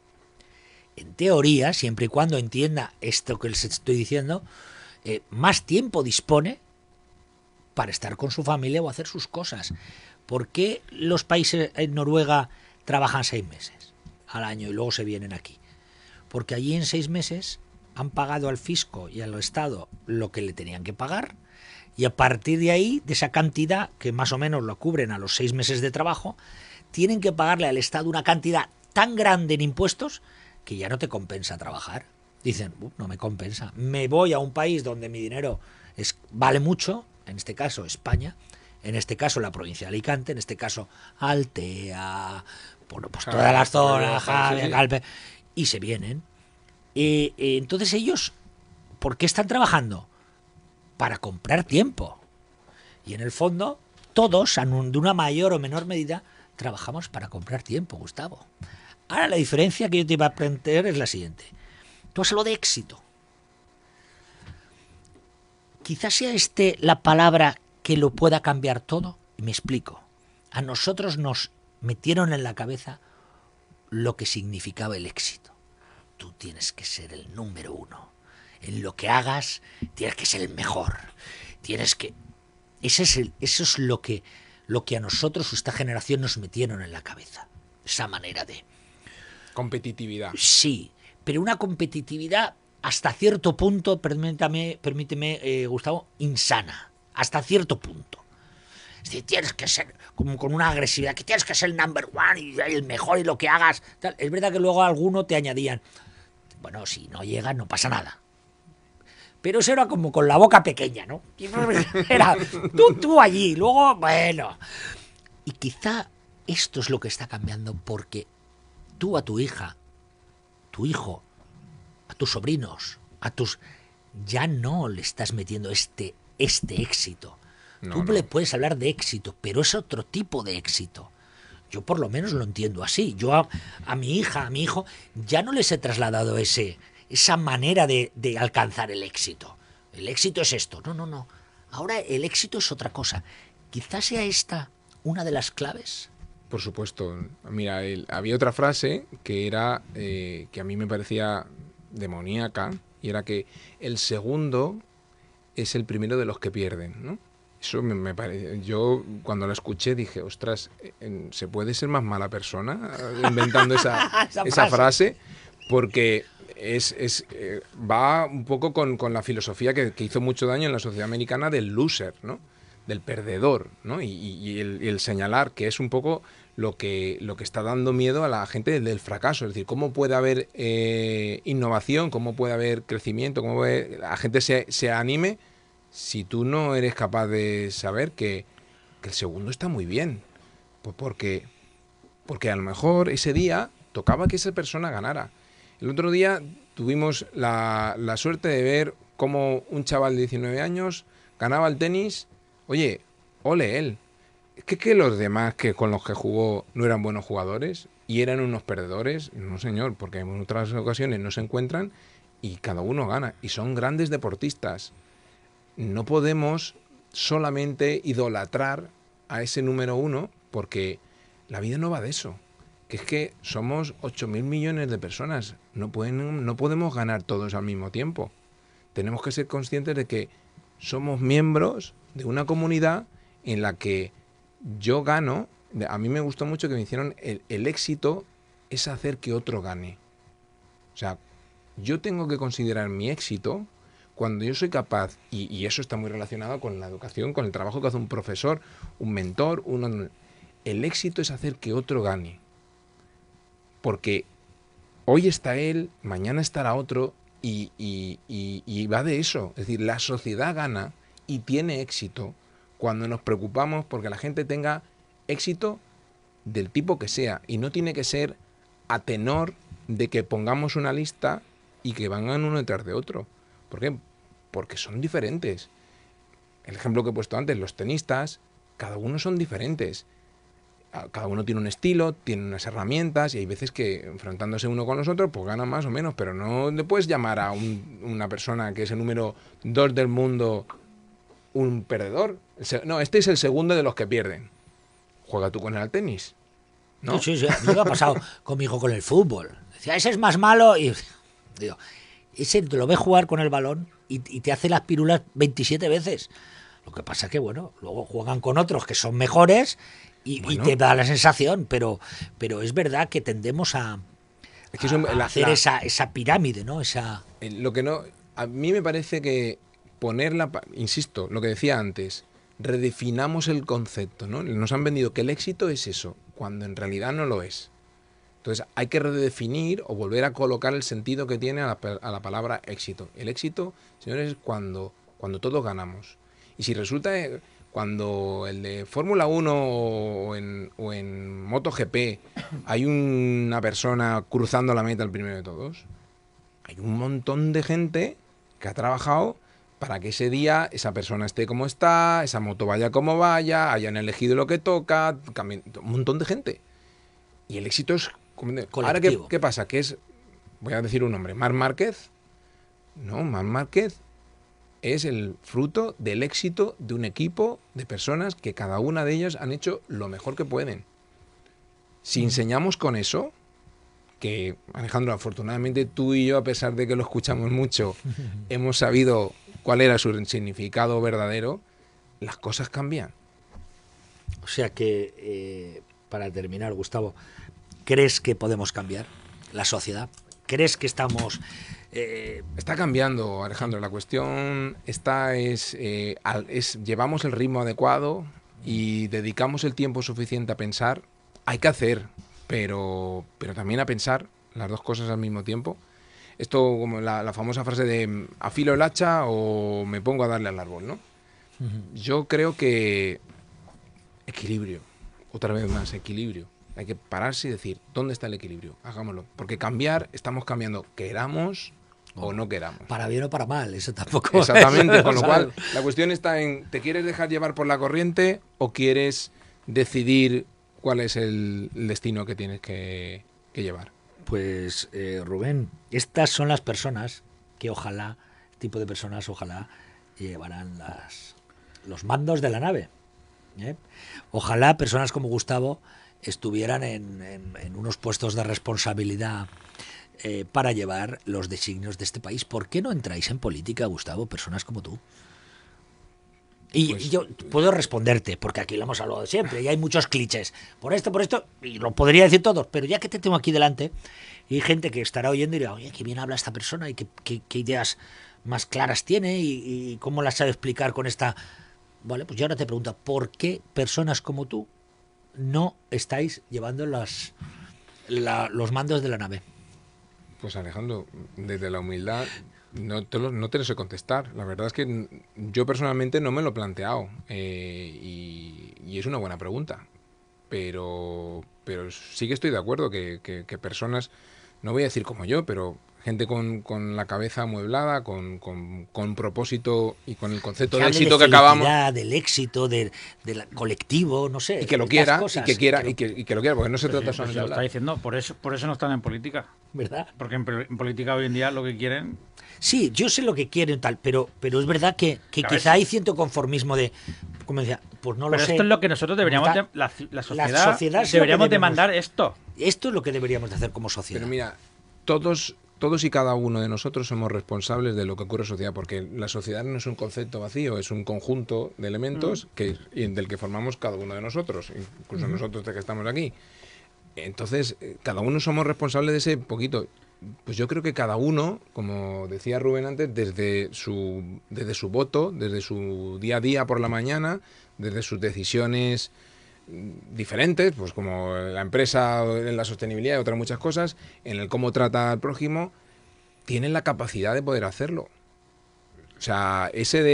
en teoría, siempre y cuando entienda esto que les estoy diciendo, más tiempo dispone para estar con su familia o hacer sus cosas. ¿Por qué los países en Noruega trabajan 6 meses al año y luego se vienen aquí? Porque allí en 6 meses han pagado al fisco y al Estado lo que le tenían que pagar, y a partir de ahí, de esa cantidad, que más o menos lo cubren a los 6 meses de trabajo, tienen que pagarle al Estado una cantidad tan grande en impuestos que ya no te compensa trabajar. Dicen, no me compensa, me voy a un país donde mi dinero vale mucho, en este caso España, en este caso la provincia de Alicante, en este caso Altea, bueno, pues todas las zonas, Javier, Galpe, y se vienen. Entonces ellos, ¿por qué están trabajando? Para comprar tiempo. Y en el fondo, todos, de una mayor o menor medida, trabajamos para comprar tiempo, Gustavo. Ahora la diferencia que yo te iba a plantear es la siguiente. Tú has hablado de éxito. Quizás sea la palabra que lo pueda cambiar todo. Y me explico. A nosotros nos metieron en la cabeza lo que significaba el éxito. Tú tienes que ser el número 1. En lo que hagas, tienes que ser el mejor. Tienes que... Eso es lo que a nosotros, esta generación, nos metieron en la cabeza. Esa manera de... Competitividad. Sí, pero una competitividad hasta cierto punto, permíteme, Gustavo, insana. Hasta cierto punto. Es decir, tienes que ser como con una agresividad, que tienes que ser el number 1 y el mejor y lo que hagas. Tal. Es verdad que luego alguno te añadían, bueno, si no llegas no pasa nada. Pero eso era como con la boca pequeña, ¿no? Era tú allí, luego, bueno. Y quizá esto es lo que está cambiando, porque tú a tu hija, tu hijo, a tus sobrinos, ya no le estás metiendo este éxito. Tú le puedes hablar de éxito, pero es otro tipo de éxito. Yo por lo menos lo entiendo así. Yo a mi hija, a mi hijo, ya no les he trasladado ese esa manera de alcanzar el éxito. El éxito es esto. No, no, no. Ahora el éxito es otra cosa. Quizás sea esta una de las claves. Por supuesto. Mira, había otra frase que era que a mí me parecía demoníaca, y era que el segundo es el primero de los que pierden, ¿no? Eso me parece. Yo cuando la escuché dije, ostras, ¿se puede ser más mala persona inventando esa frase? Porque va un poco con la filosofía que hizo mucho daño en la sociedad americana del loser, ¿no? Del perdedor, ¿no? Y el señalar que es un poco lo que está dando miedo a la gente del fracaso. Es decir, ¿cómo puede haber innovación? ¿Cómo puede haber crecimiento? ¿Cómo puede la gente se anime si tú no eres capaz de saber que el segundo está muy bien? Pues porque a lo mejor ese día tocaba que esa persona ganara. El otro día tuvimos la suerte de ver cómo un chaval de 19 años ganaba el tenis. Oye, ole él. Es que los demás que con los que jugó no eran buenos jugadores y eran unos perdedores. No, señor, porque en otras ocasiones no se encuentran y cada uno gana. Y son grandes deportistas. No podemos solamente idolatrar a ese número uno, porque la vida no va de eso. Que es que somos 8.000 millones de personas. No podemos ganar todos al mismo tiempo. Tenemos que ser conscientes de que somos miembros de una comunidad en la que yo gano. A mí me gustó mucho que me hicieron el éxito es hacer que otro gane. O sea, yo tengo que considerar mi éxito cuando yo soy capaz, y eso está muy relacionado con la educación, con el trabajo que hace un profesor, un mentor, el éxito es hacer que otro gane. Porque hoy está él, mañana estará otro, y va de eso. Es decir, la sociedad gana y tiene éxito cuando nos preocupamos porque la gente tenga éxito del tipo que sea, y no tiene que ser a tenor de que pongamos una lista y que vengan uno detrás de otro. ¿Por qué? Porque son diferentes. El ejemplo que he puesto antes, los tenistas, cada uno son diferentes. Cada uno tiene un estilo, tiene unas herramientas, y hay veces que enfrentándose uno con los otros, pues ganan más o menos, pero no le puedes llamar a una persona que es el número 2 del mundo un perdedor. No, este es el segundo de los que pierden. Juega tú con él al tenis, ¿no? Sí, sí, a mí me ha pasado con mi hijo con el fútbol. Decía, ese es más malo, y digo, ese te lo ves jugar con el balón y te hace las pirulas 27 veces. Lo que pasa que, bueno, luego juegan con otros que son mejores y te da la sensación, pero es verdad que tendemos a hacer esa pirámide, ¿no? Lo que no, a mí me parece que insisto, lo que decía antes, redefinamos el concepto, ¿no? Nos han vendido que el éxito es eso, cuando en realidad no lo es. Entonces hay que redefinir o volver a colocar el sentido que tiene a la palabra éxito. El éxito, señores, es cuando todos ganamos. Y si resulta cuando el de Fórmula 1 o en MotoGP hay una persona cruzando la meta el primero de todos, hay un montón de gente que ha trabajado para que ese día esa persona esté como está, esa moto vaya como vaya, hayan elegido lo que toca, un montón de gente. Y el éxito es colectivo. Ahora, ¿qué pasa? Que voy a decir un nombre, Marc Márquez. No, Marc Márquez es el fruto del éxito de un equipo de personas que cada una de ellas han hecho lo mejor que pueden. Si enseñamos con eso, que Alejandro, afortunadamente tú y yo, a pesar de que lo escuchamos mucho, hemos sabido cuál era su significado verdadero, las cosas cambian. O sea que, para terminar, Gustavo, ¿crees que podemos cambiar la sociedad? ¿Crees que estamos...? Está cambiando, Alejandro. La cuestión llevamos el ritmo adecuado y dedicamos el tiempo suficiente a pensar. Hay que hacer, pero también a pensar las dos cosas al mismo tiempo. Esto como la famosa frase de afilo el hacha o me pongo a darle al árbol, ¿no? Yo creo que equilibrio, otra vez más, equilibrio. Hay que pararse y decir, ¿dónde está el equilibrio? Hagámoslo. Porque estamos cambiando, queramos o no queramos. Para bien o para mal, eso tampoco. Exactamente, con lo cual la cuestión está en, ¿te quieres dejar llevar por la corriente o quieres decidir cuál es el destino que tienes que llevar? Pues Rubén, estas son las personas que ojalá, tipo de personas, ojalá llevarán los mandos de la nave. ¿Eh? Ojalá personas como Gustavo estuvieran en unos puestos de responsabilidad para llevar los designios de este país. ¿Por qué no entráis en política, Gustavo, personas como tú? Y Pues, yo puedo responderte, porque aquí lo hemos hablado siempre, y hay muchos clichés. Por esto, y lo podría decir todos, pero ya que te tengo aquí delante, y hay gente que estará oyendo y dirá, oye, qué bien habla esta persona, y qué ideas más claras tiene, y cómo las sabe explicar con esta... Vale, pues yo ahora te pregunto, ¿por qué personas como tú no estáis llevando los mandos de la nave? Pues Alejandro, desde la humildad no te lo sé contestar. La verdad es que yo personalmente no me lo he planteado y es una buena pregunta. Pero sí que estoy de acuerdo que personas, no voy a decir como yo, pero gente con la cabeza amueblada, con propósito y con el concepto de hable éxito de que acabamos. felicidad, del éxito, del colectivo, no sé. Y que lo estas quiera, cosas, y que lo quiera, porque no se trata Pues solamente de lo está hablar. diciendo, por eso no están en política. ¿Verdad? Porque en política hoy en día lo que quieren... Sí, yo sé lo que quieren tal, pero es verdad que Claro, quizá sí. hay cierto conformismo de, como decía, pues no lo Pero sé. esto es lo que nosotros deberíamos... Está- la sociedad, sociedad es lo que deberíamos debemos- demandar esto. Esto es lo que deberíamos de hacer como sociedad. Pero mira, todos y cada uno de nosotros somos responsables de lo que ocurre en la sociedad, porque la sociedad no es un concepto vacío, es un conjunto de elementos del que formamos cada uno de nosotros, incluso nosotros de que estamos aquí. Entonces, cada uno somos responsables de ese poquito. Pues yo creo que cada uno, como decía Rubén antes, desde su voto, desde su día a día por la mañana, desde sus decisiones diferentes, pues como la empresa en la sostenibilidad y otras muchas cosas, en el cómo trata al prójimo, tienen la capacidad de poder hacerlo. O sea,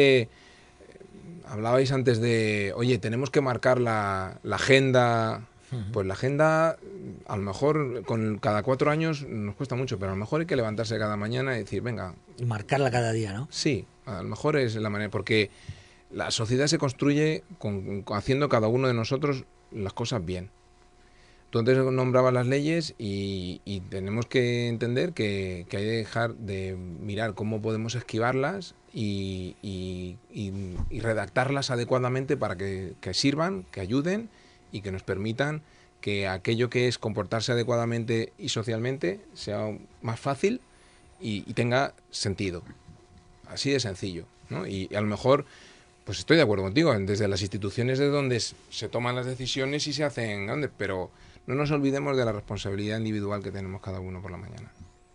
hablabais antes de, oye, tenemos que marcar la agenda. Pues la agenda, a lo mejor con cada 4 años nos cuesta mucho, pero a lo mejor hay que levantarse cada mañana y decir, venga, Y marcarla cada día, ¿no? sí, a lo mejor es la manera, porque la sociedad se construye haciendo cada uno de nosotros las cosas bien. Tú antes nombrabas las leyes y tenemos que entender que hay que dejar de mirar cómo podemos esquivarlas y redactarlas adecuadamente para que sirvan, que ayuden y que nos permitan que aquello que es comportarse adecuadamente y socialmente sea más fácil y tenga sentido. Así de sencillo, ¿no? Y a lo mejor, pues estoy de acuerdo contigo, desde las instituciones de donde se toman las decisiones y se hacen grandes, pero no nos olvidemos de la responsabilidad individual que tenemos cada uno por la mañana.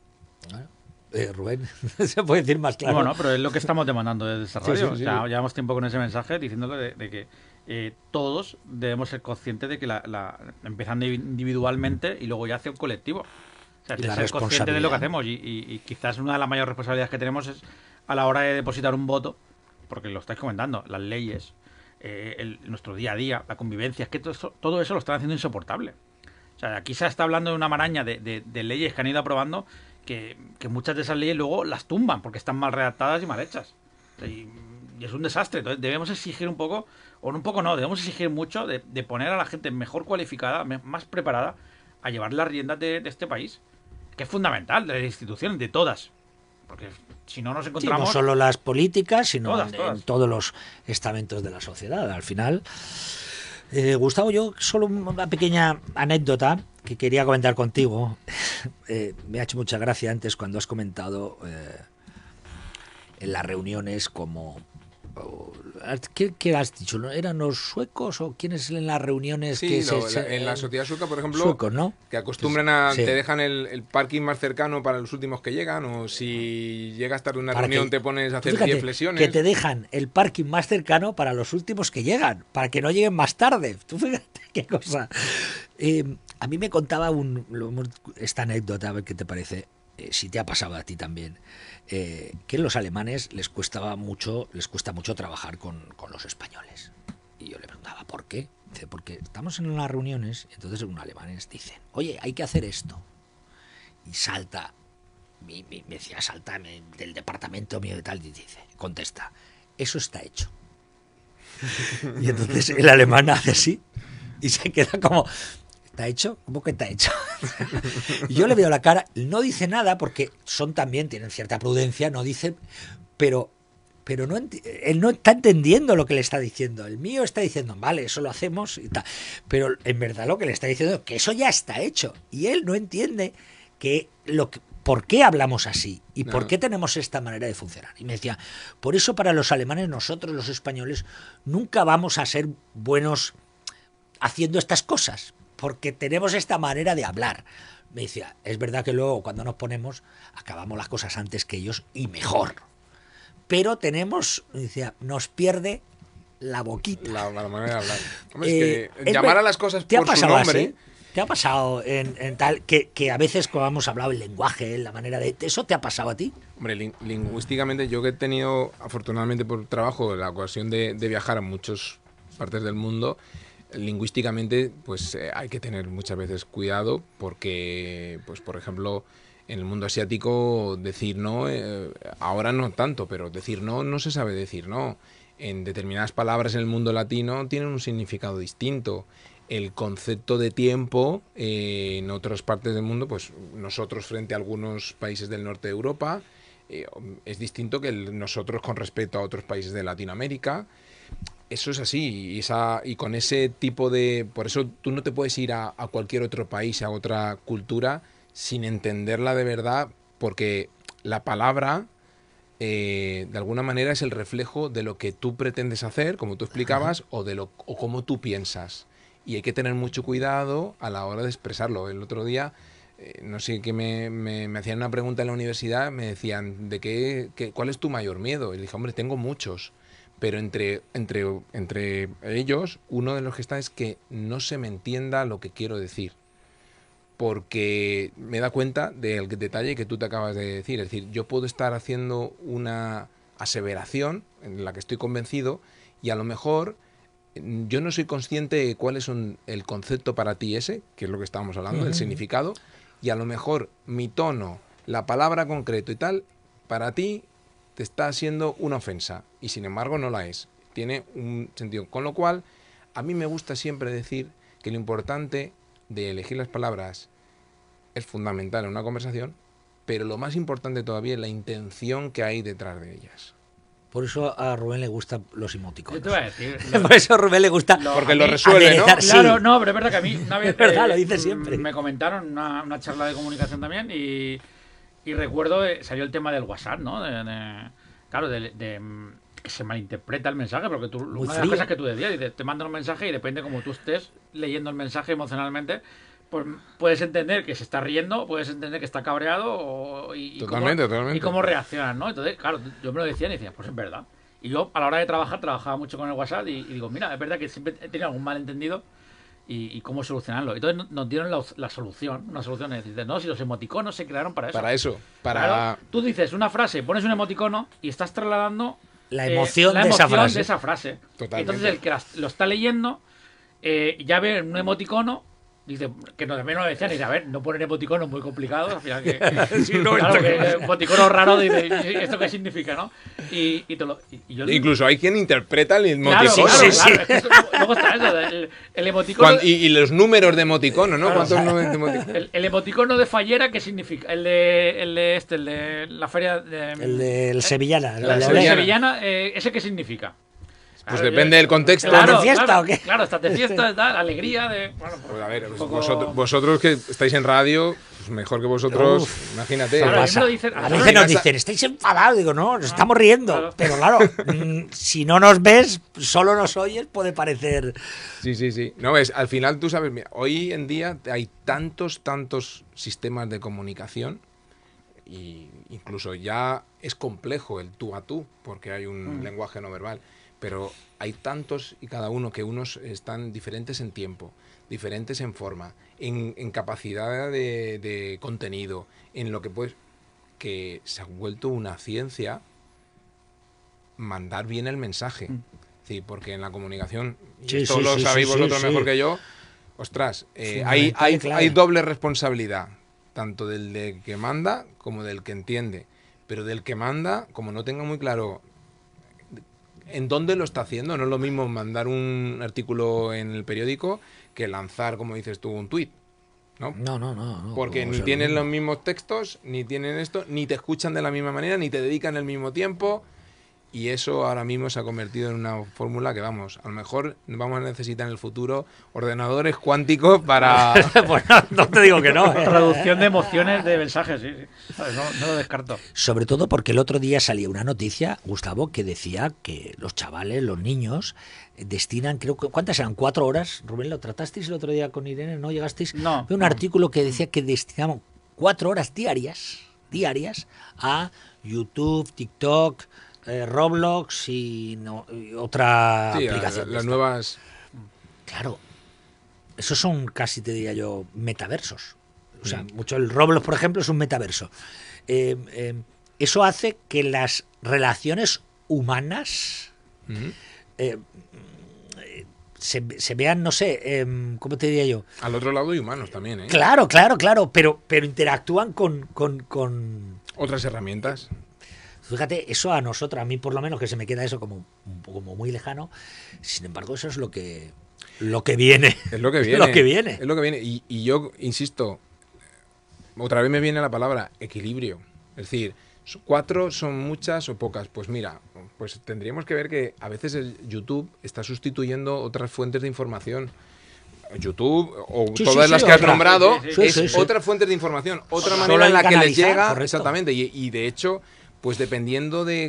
Rubén, se puede decir más claro. Bueno, pero es lo que estamos demandando desde esta Sí, radio. sí, sí. O sea, llevamos tiempo con ese mensaje diciéndole de que todos debemos ser conscientes de que empezando individualmente y luego ya hacia un colectivo. O sea, Y de la ser conscientes de lo que responsabilidad. hacemos y quizás una de las mayores responsabilidades que tenemos es a la hora de depositar un voto, porque lo estáis comentando, las leyes, nuestro día a día, la convivencia, es que todo eso lo están haciendo insoportable. O sea, aquí se está hablando de una maraña de leyes que han ido aprobando que muchas de esas leyes luego las tumban porque están mal redactadas y mal hechas. O sea, y es un desastre. Entonces debemos exigir un poco, o un poco no, debemos exigir mucho de poner a la gente mejor cualificada, más preparada a llevar las riendas de este país, que es fundamental, de las instituciones, de todas. Porque si no nos Sí, encontramos... no solo las políticas, sino Todas. en todos los estamentos de la sociedad. Al final, Gustavo, yo solo una pequeña anécdota que quería comentar contigo. Me ha hecho mucha gracia antes cuando has comentado en las reuniones como... ¿Qué has dicho? ¿No? ¿Eran los suecos o quiénes en las reuniones? Sí, que en la sociedad sueca, por ejemplo, suecos, ¿no? que acostumbran a... Sí. Te dejan el parking más cercano para los últimos que llegan, o si llegas tarde a una Para reunión que- te pones a tú hacer fíjate, 10 flexiones. que te dejan el parking más cercano para los últimos que llegan, para que no lleguen más tarde. Tú fíjate qué cosa. A mí me contaba esta anécdota, a ver qué te parece, si te ha pasado a ti también, que los alemanes les cuesta mucho trabajar con los españoles. Y yo le preguntaba, ¿por qué? Dice, porque estamos en unas reuniones y entonces unos alemanes dicen, oye, hay que hacer esto. Y salta, me decía, salta del departamento mío y tal, y dice, contesta, eso está hecho. Y entonces el alemán hace así y se queda como, ¿Está hecho? ¿Cómo que está hecho? Yo le veo la cara, no dice nada porque son también, tienen cierta prudencia, no dicen, pero no él no está entendiendo lo que le está diciendo. El mío está diciendo, vale, eso lo hacemos y tal. Pero en verdad lo que le está diciendo es que eso ya está hecho. Y él no entiende por qué hablamos así y por qué tenemos esta manera de funcionar. Y me decía, por eso para los alemanes, nosotros los españoles, nunca vamos a ser buenos haciendo estas cosas, porque tenemos esta manera de hablar. Me decía, es verdad que luego cuando nos ponemos, acabamos las cosas antes que ellos y mejor. Pero tenemos, decía, nos pierde la boquita. La manera de hablar. Hombre, es que llamar a las cosas por su nombre. Así? ¿Te ha pasado en tal que a veces como hemos hablado el lenguaje, la manera de... ¿Eso te ha pasado a ti? Hombre, lingüísticamente yo que he tenido, afortunadamente por trabajo, la ocasión de viajar a muchas partes del mundo, lingüísticamente pues hay que tener muchas veces cuidado porque, pues por ejemplo, en el mundo asiático decir no, ahora no tanto, pero decir no se sabe decir no. En determinadas palabras en el mundo latino tienen un significado distinto. El concepto de tiempo en otras partes del mundo, pues nosotros frente a algunos países del norte de Europa, es distinto que nosotros con respecto a otros países de Latinoamérica. Eso es así, y con ese tipo de... Por eso tú no te puedes ir a cualquier otro país, a otra cultura, sin entenderla de verdad, porque la palabra, de alguna manera, es el reflejo de lo que tú pretendes hacer, como tú explicabas, o cómo tú piensas. Y hay que tener mucho cuidado a la hora de expresarlo. El otro día, no sé, que me hacían una pregunta en la universidad, me decían, ¿cuál es tu mayor miedo? Y le dije, hombre, tengo muchos. Pero entre ellos, uno de los que está es que no se me entienda lo que quiero decir. Porque me da cuenta del detalle que tú te acabas de decir. Es decir, yo puedo estar haciendo una aseveración en la que estoy convencido y a lo mejor yo no soy consciente de cuál es el concepto para ti ese, que es lo que estábamos hablando, el significado, y a lo mejor mi tono, la palabra concreto y tal, para ti te está haciendo una ofensa, y sin embargo no la es. Tiene un sentido. Con lo cual, a mí me gusta siempre decir que lo importante de elegir las palabras es fundamental en una conversación, pero lo más importante todavía es la intención que hay detrás de ellas. Por eso a Rubén le gustan los emoticonos. Yo te voy a decir. Por eso a Rubén le gusta... Porque lo resuelve, ¿no? Claro, no, pero es verdad que a mí una vez... Es verdad, lo dice siempre. Me comentaron una charla de comunicación también y recuerdo, salió el tema del WhatsApp, ¿no? Claro, que se malinterpreta el mensaje, porque una de las cosas que tú decías, dices, te mandan un mensaje y depende como tú estés leyendo el mensaje emocionalmente, pues puedes entender que se está riendo, puedes entender que está cabreado Totalmente. Y cómo reaccionan, ¿no? Entonces, claro, yo me lo decía y decía, pues es verdad. Y yo a la hora de trabajar, trabajaba mucho con el WhatsApp y digo, mira, es verdad que siempre he tenido algún malentendido y cómo solucionarlo. Entonces nos dieron la solución, una solución, es decir, no, si los emoticonos se crearon para eso. Para... Claro, tú dices una frase, pones un emoticono y estás trasladando la emoción, de esa frase. Totalmente. Entonces el que lo está leyendo ya ve un emoticono. Dice, que también nos lo decían, y dice, a ver, no poner emoticonos muy complicados, al final que... Sí, no, claro, que emoticono raro, dice, ¿esto qué significa, no? Y yo, incluso hay quien interpreta el emoticono. Claro. Es que luego está eso, el emoticono... Y los números de emoticono, ¿no? Claro, ¿Cuántos números de emoticono? El emoticono de fallera, ¿qué significa? El de la feria de... El de Sevillana. La Sevillana, ¿ese qué significa? Pues depende del contexto. ¿Estás de fiesta o qué? Claro, estás de fiesta, la alegría de... Bueno, pues a ver, poco... vosotros que estáis en radio, pues mejor que vosotros, imagínate. Claro, a veces nos dicen, estáis enfadados. Digo, no, nos estamos riendo. Claro. Pero claro, si no nos ves, solo nos oyes, puede parecer... Sí. No, ves, al final tú sabes, mira, hoy en día hay tantos sistemas de comunicación y incluso ya es complejo el tú a tú, porque hay un lenguaje no verbal. Pero hay tantos y cada uno que unos están diferentes en tiempo, diferentes en forma, en capacidad de contenido, en lo que se ha vuelto una ciencia mandar bien el mensaje. Sí, porque en la comunicación, y esto lo sabéis vosotros mejor que yo, ostras, hay doble responsabilidad, tanto del que manda como del que entiende. Pero del que manda, como no tenga muy claro en dónde lo está haciendo. No es lo mismo mandar un artículo en el periódico que lanzar, como dices tú, un tuit. ¿No? No. Porque ni tienen los mismos textos, ni tienen esto, ni te escuchan de la misma manera, ni te dedican el mismo tiempo. Y eso ahora mismo se ha convertido en una fórmula que, vamos, a lo mejor vamos a necesitar en el futuro ordenadores cuánticos para... Bueno, no te digo que no. Traducción de emociones de mensajes, sí. No lo descarto. Sobre todo porque el otro día salía una noticia, Gustavo, que decía que los chavales, los niños, destinan, creo que, ¿cuántas eran? 4 horas. Rubén, ¿lo tratasteis el otro día con Irene? ¿No llegasteis? No. Un artículo que decía que destinaban 4 horas diarias a YouTube, TikTok, Roblox y otra aplicación. Las nuevas... Claro, esos son casi, te diría yo, metaversos. O sea, mucho el Roblox, por ejemplo, es un metaverso. Eso hace que las relaciones humanas se vean, no sé, ¿cómo te diría yo? Al otro lado hay humanos también, ¿eh? Claro, pero interactúan con... Otras herramientas. Fíjate, eso a nosotros, a mí por lo menos, que se me queda eso como muy lejano. Sin embargo, eso es lo que viene. Es lo que viene. Lo que viene. Es lo que viene. Y yo insisto, otra vez me viene la palabra equilibrio. Es decir, 4 son muchas o pocas. Pues mira, pues tendríamos que ver que a veces el YouTube está sustituyendo otras fuentes de información. YouTube o todas las que has nombrado es otra fuente de información, otra manera en la que les llega. Correcto. Exactamente. Y de hecho, pues dependiendo de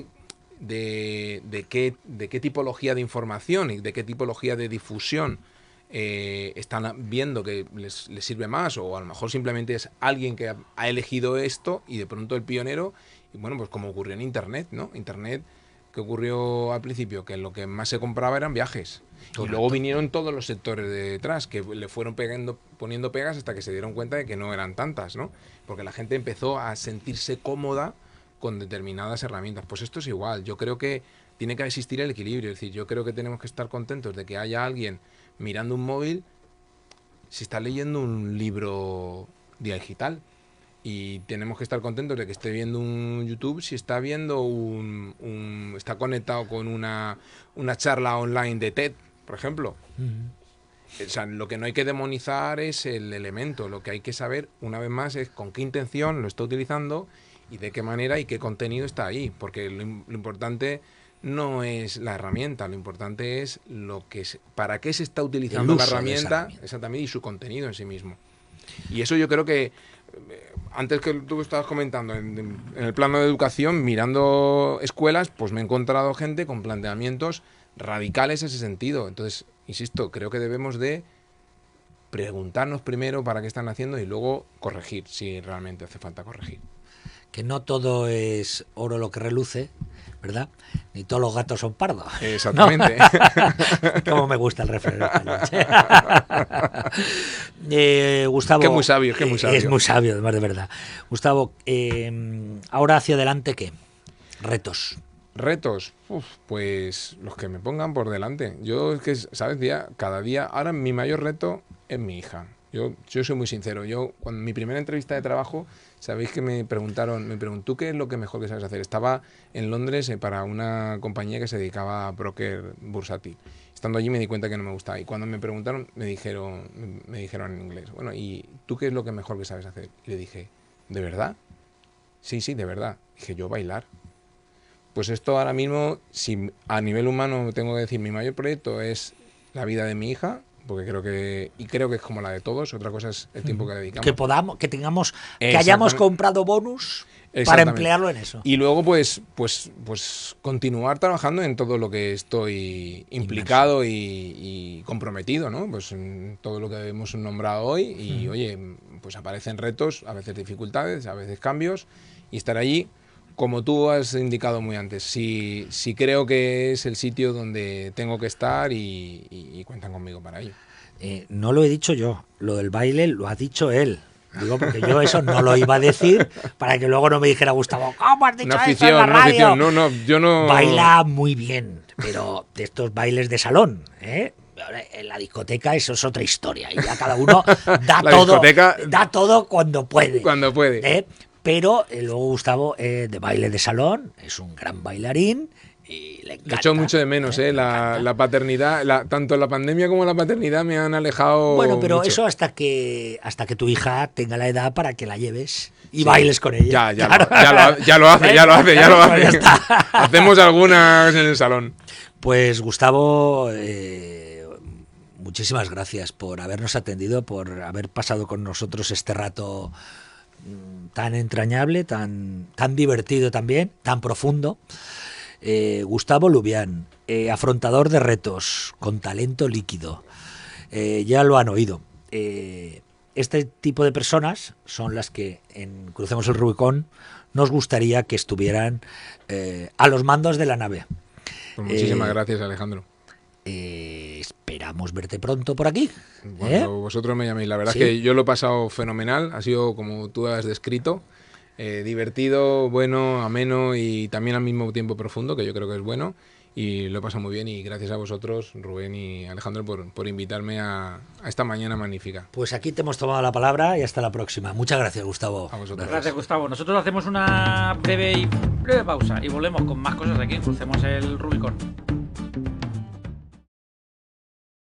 qué tipología de información y de qué tipología de difusión están viendo que les sirve más, o a lo mejor simplemente es alguien que ha elegido esto y de pronto el pionero, y bueno, pues como ocurrió en Internet, ¿no? Internet, ¿qué ocurrió al principio? Que lo que más se compraba eran viajes. Correcto. Y luego vinieron todos los sectores de detrás que le fueron poniendo pegas hasta que se dieron cuenta de que no eran tantas, ¿no? Porque la gente empezó a sentirse cómoda con determinadas herramientas. Pues esto es igual. Yo creo que tiene que existir el equilibrio. Es decir, yo creo que tenemos que estar contentos de que haya alguien mirando un móvil si está leyendo un libro digital. Y tenemos que estar contentos de que esté viendo un YouTube si está viendo está conectado con una charla online de TED, por ejemplo. O sea, lo que no hay que demonizar es el elemento. Lo que hay que saber, una vez más, es con qué intención lo está utilizando y de qué manera y qué contenido está ahí, porque lo importante no es la herramienta, lo importante es para qué se está utilizando la herramienta, exactamente, y su contenido en sí mismo. Y eso yo creo que, antes que tú estabas comentando, en el plano de educación, mirando escuelas, pues me he encontrado gente con planteamientos radicales en ese sentido. Entonces, insisto, creo que debemos de preguntarnos primero para qué están haciendo y luego corregir, si realmente hace falta corregir. Que no todo es oro lo que reluce, ¿verdad? Ni todos los gatos son pardos. Exactamente. ¿No? Como me gusta el refrán español. Gustavo. Que muy sabio, que muy sabio. Es muy sabio, además, de verdad. Gustavo, ahora hacia adelante, ¿qué? Retos. Retos, pues los que me pongan por delante. Yo es que, ¿sabes? Cada día, ahora mi mayor reto es mi hija. Yo soy muy sincero. Cuando mi primera entrevista de trabajo, sabéis que me preguntó qué es lo que mejor que sabes hacer. Estaba en Londres para una compañía que se dedicaba a broker bursátil. Estando allí me di cuenta que no me gustaba. Y cuando me preguntaron, me dijeron en inglés, bueno, ¿y tú qué es lo que mejor que sabes hacer? Y le dije, ¿de verdad? Sí, de verdad. Dije, yo bailar. Pues esto ahora mismo, si a nivel humano tengo que decir, mi mayor proyecto es la vida de mi hija, porque creo que es como la de todos. Otra cosa es el tiempo que le dedicamos. Que hayamos comprado bonus para emplearlo en eso. Y luego pues continuar trabajando en todo lo que estoy implicado y comprometido, ¿no? Pues en todo lo que hemos nombrado hoy y oye, pues aparecen retos, a veces dificultades, a veces cambios, y estar allí, como tú has indicado muy antes, sí creo que es el sitio donde tengo que estar y cuentan conmigo para ello. No lo he dicho yo, lo del baile lo ha dicho él. Digo, porque yo eso no lo iba a decir para que luego no me dijera Gustavo, ¿cómo has dicho eso en la radio? No, yo no... Baila muy bien, pero de estos bailes de salón, ¿eh? En la discoteca eso es otra historia y ya cada uno da todo cuando puede. Cuando puede. Pero luego Gustavo de baile de salón es un gran bailarín Y le Lo encanta. echo mucho de menos, la paternidad, tanto la pandemia como la paternidad me han alejado. Bueno, pero mucho. eso hasta que tu hija tenga la edad para que la lleves y bailes con ella. Ya Claro. lo hace. Pues ya está. Hacemos algunas en el salón. Pues Gustavo, muchísimas gracias por habernos atendido, por haber pasado con nosotros este rato tan entrañable, tan divertido también, tan profundo. Gustavo Lubián, afrontador de retos, con talento líquido. Ya lo han oído. Este tipo de personas son las que en Crucemos el Rubicón nos gustaría que estuvieran a los mandos de la nave. Pues muchísimas gracias, Alejandro. Esperamos verte pronto por aquí. Cuando vosotros me llaméis. La verdad Sí. es que yo lo he pasado fenomenal. Ha sido como tú has descrito. Divertido, bueno, ameno y también al mismo tiempo profundo, que yo creo que es bueno. Y lo he pasado muy bien y gracias a vosotros, Rubén y Alejandro, por invitarme a esta mañana magnífica. Pues aquí te hemos tomado la palabra y hasta la próxima. Muchas gracias, Gustavo. A vosotros. Gracias, Gustavo. Nosotros hacemos una breve pausa y volvemos con más cosas aquí en Crucemos el Rubicón.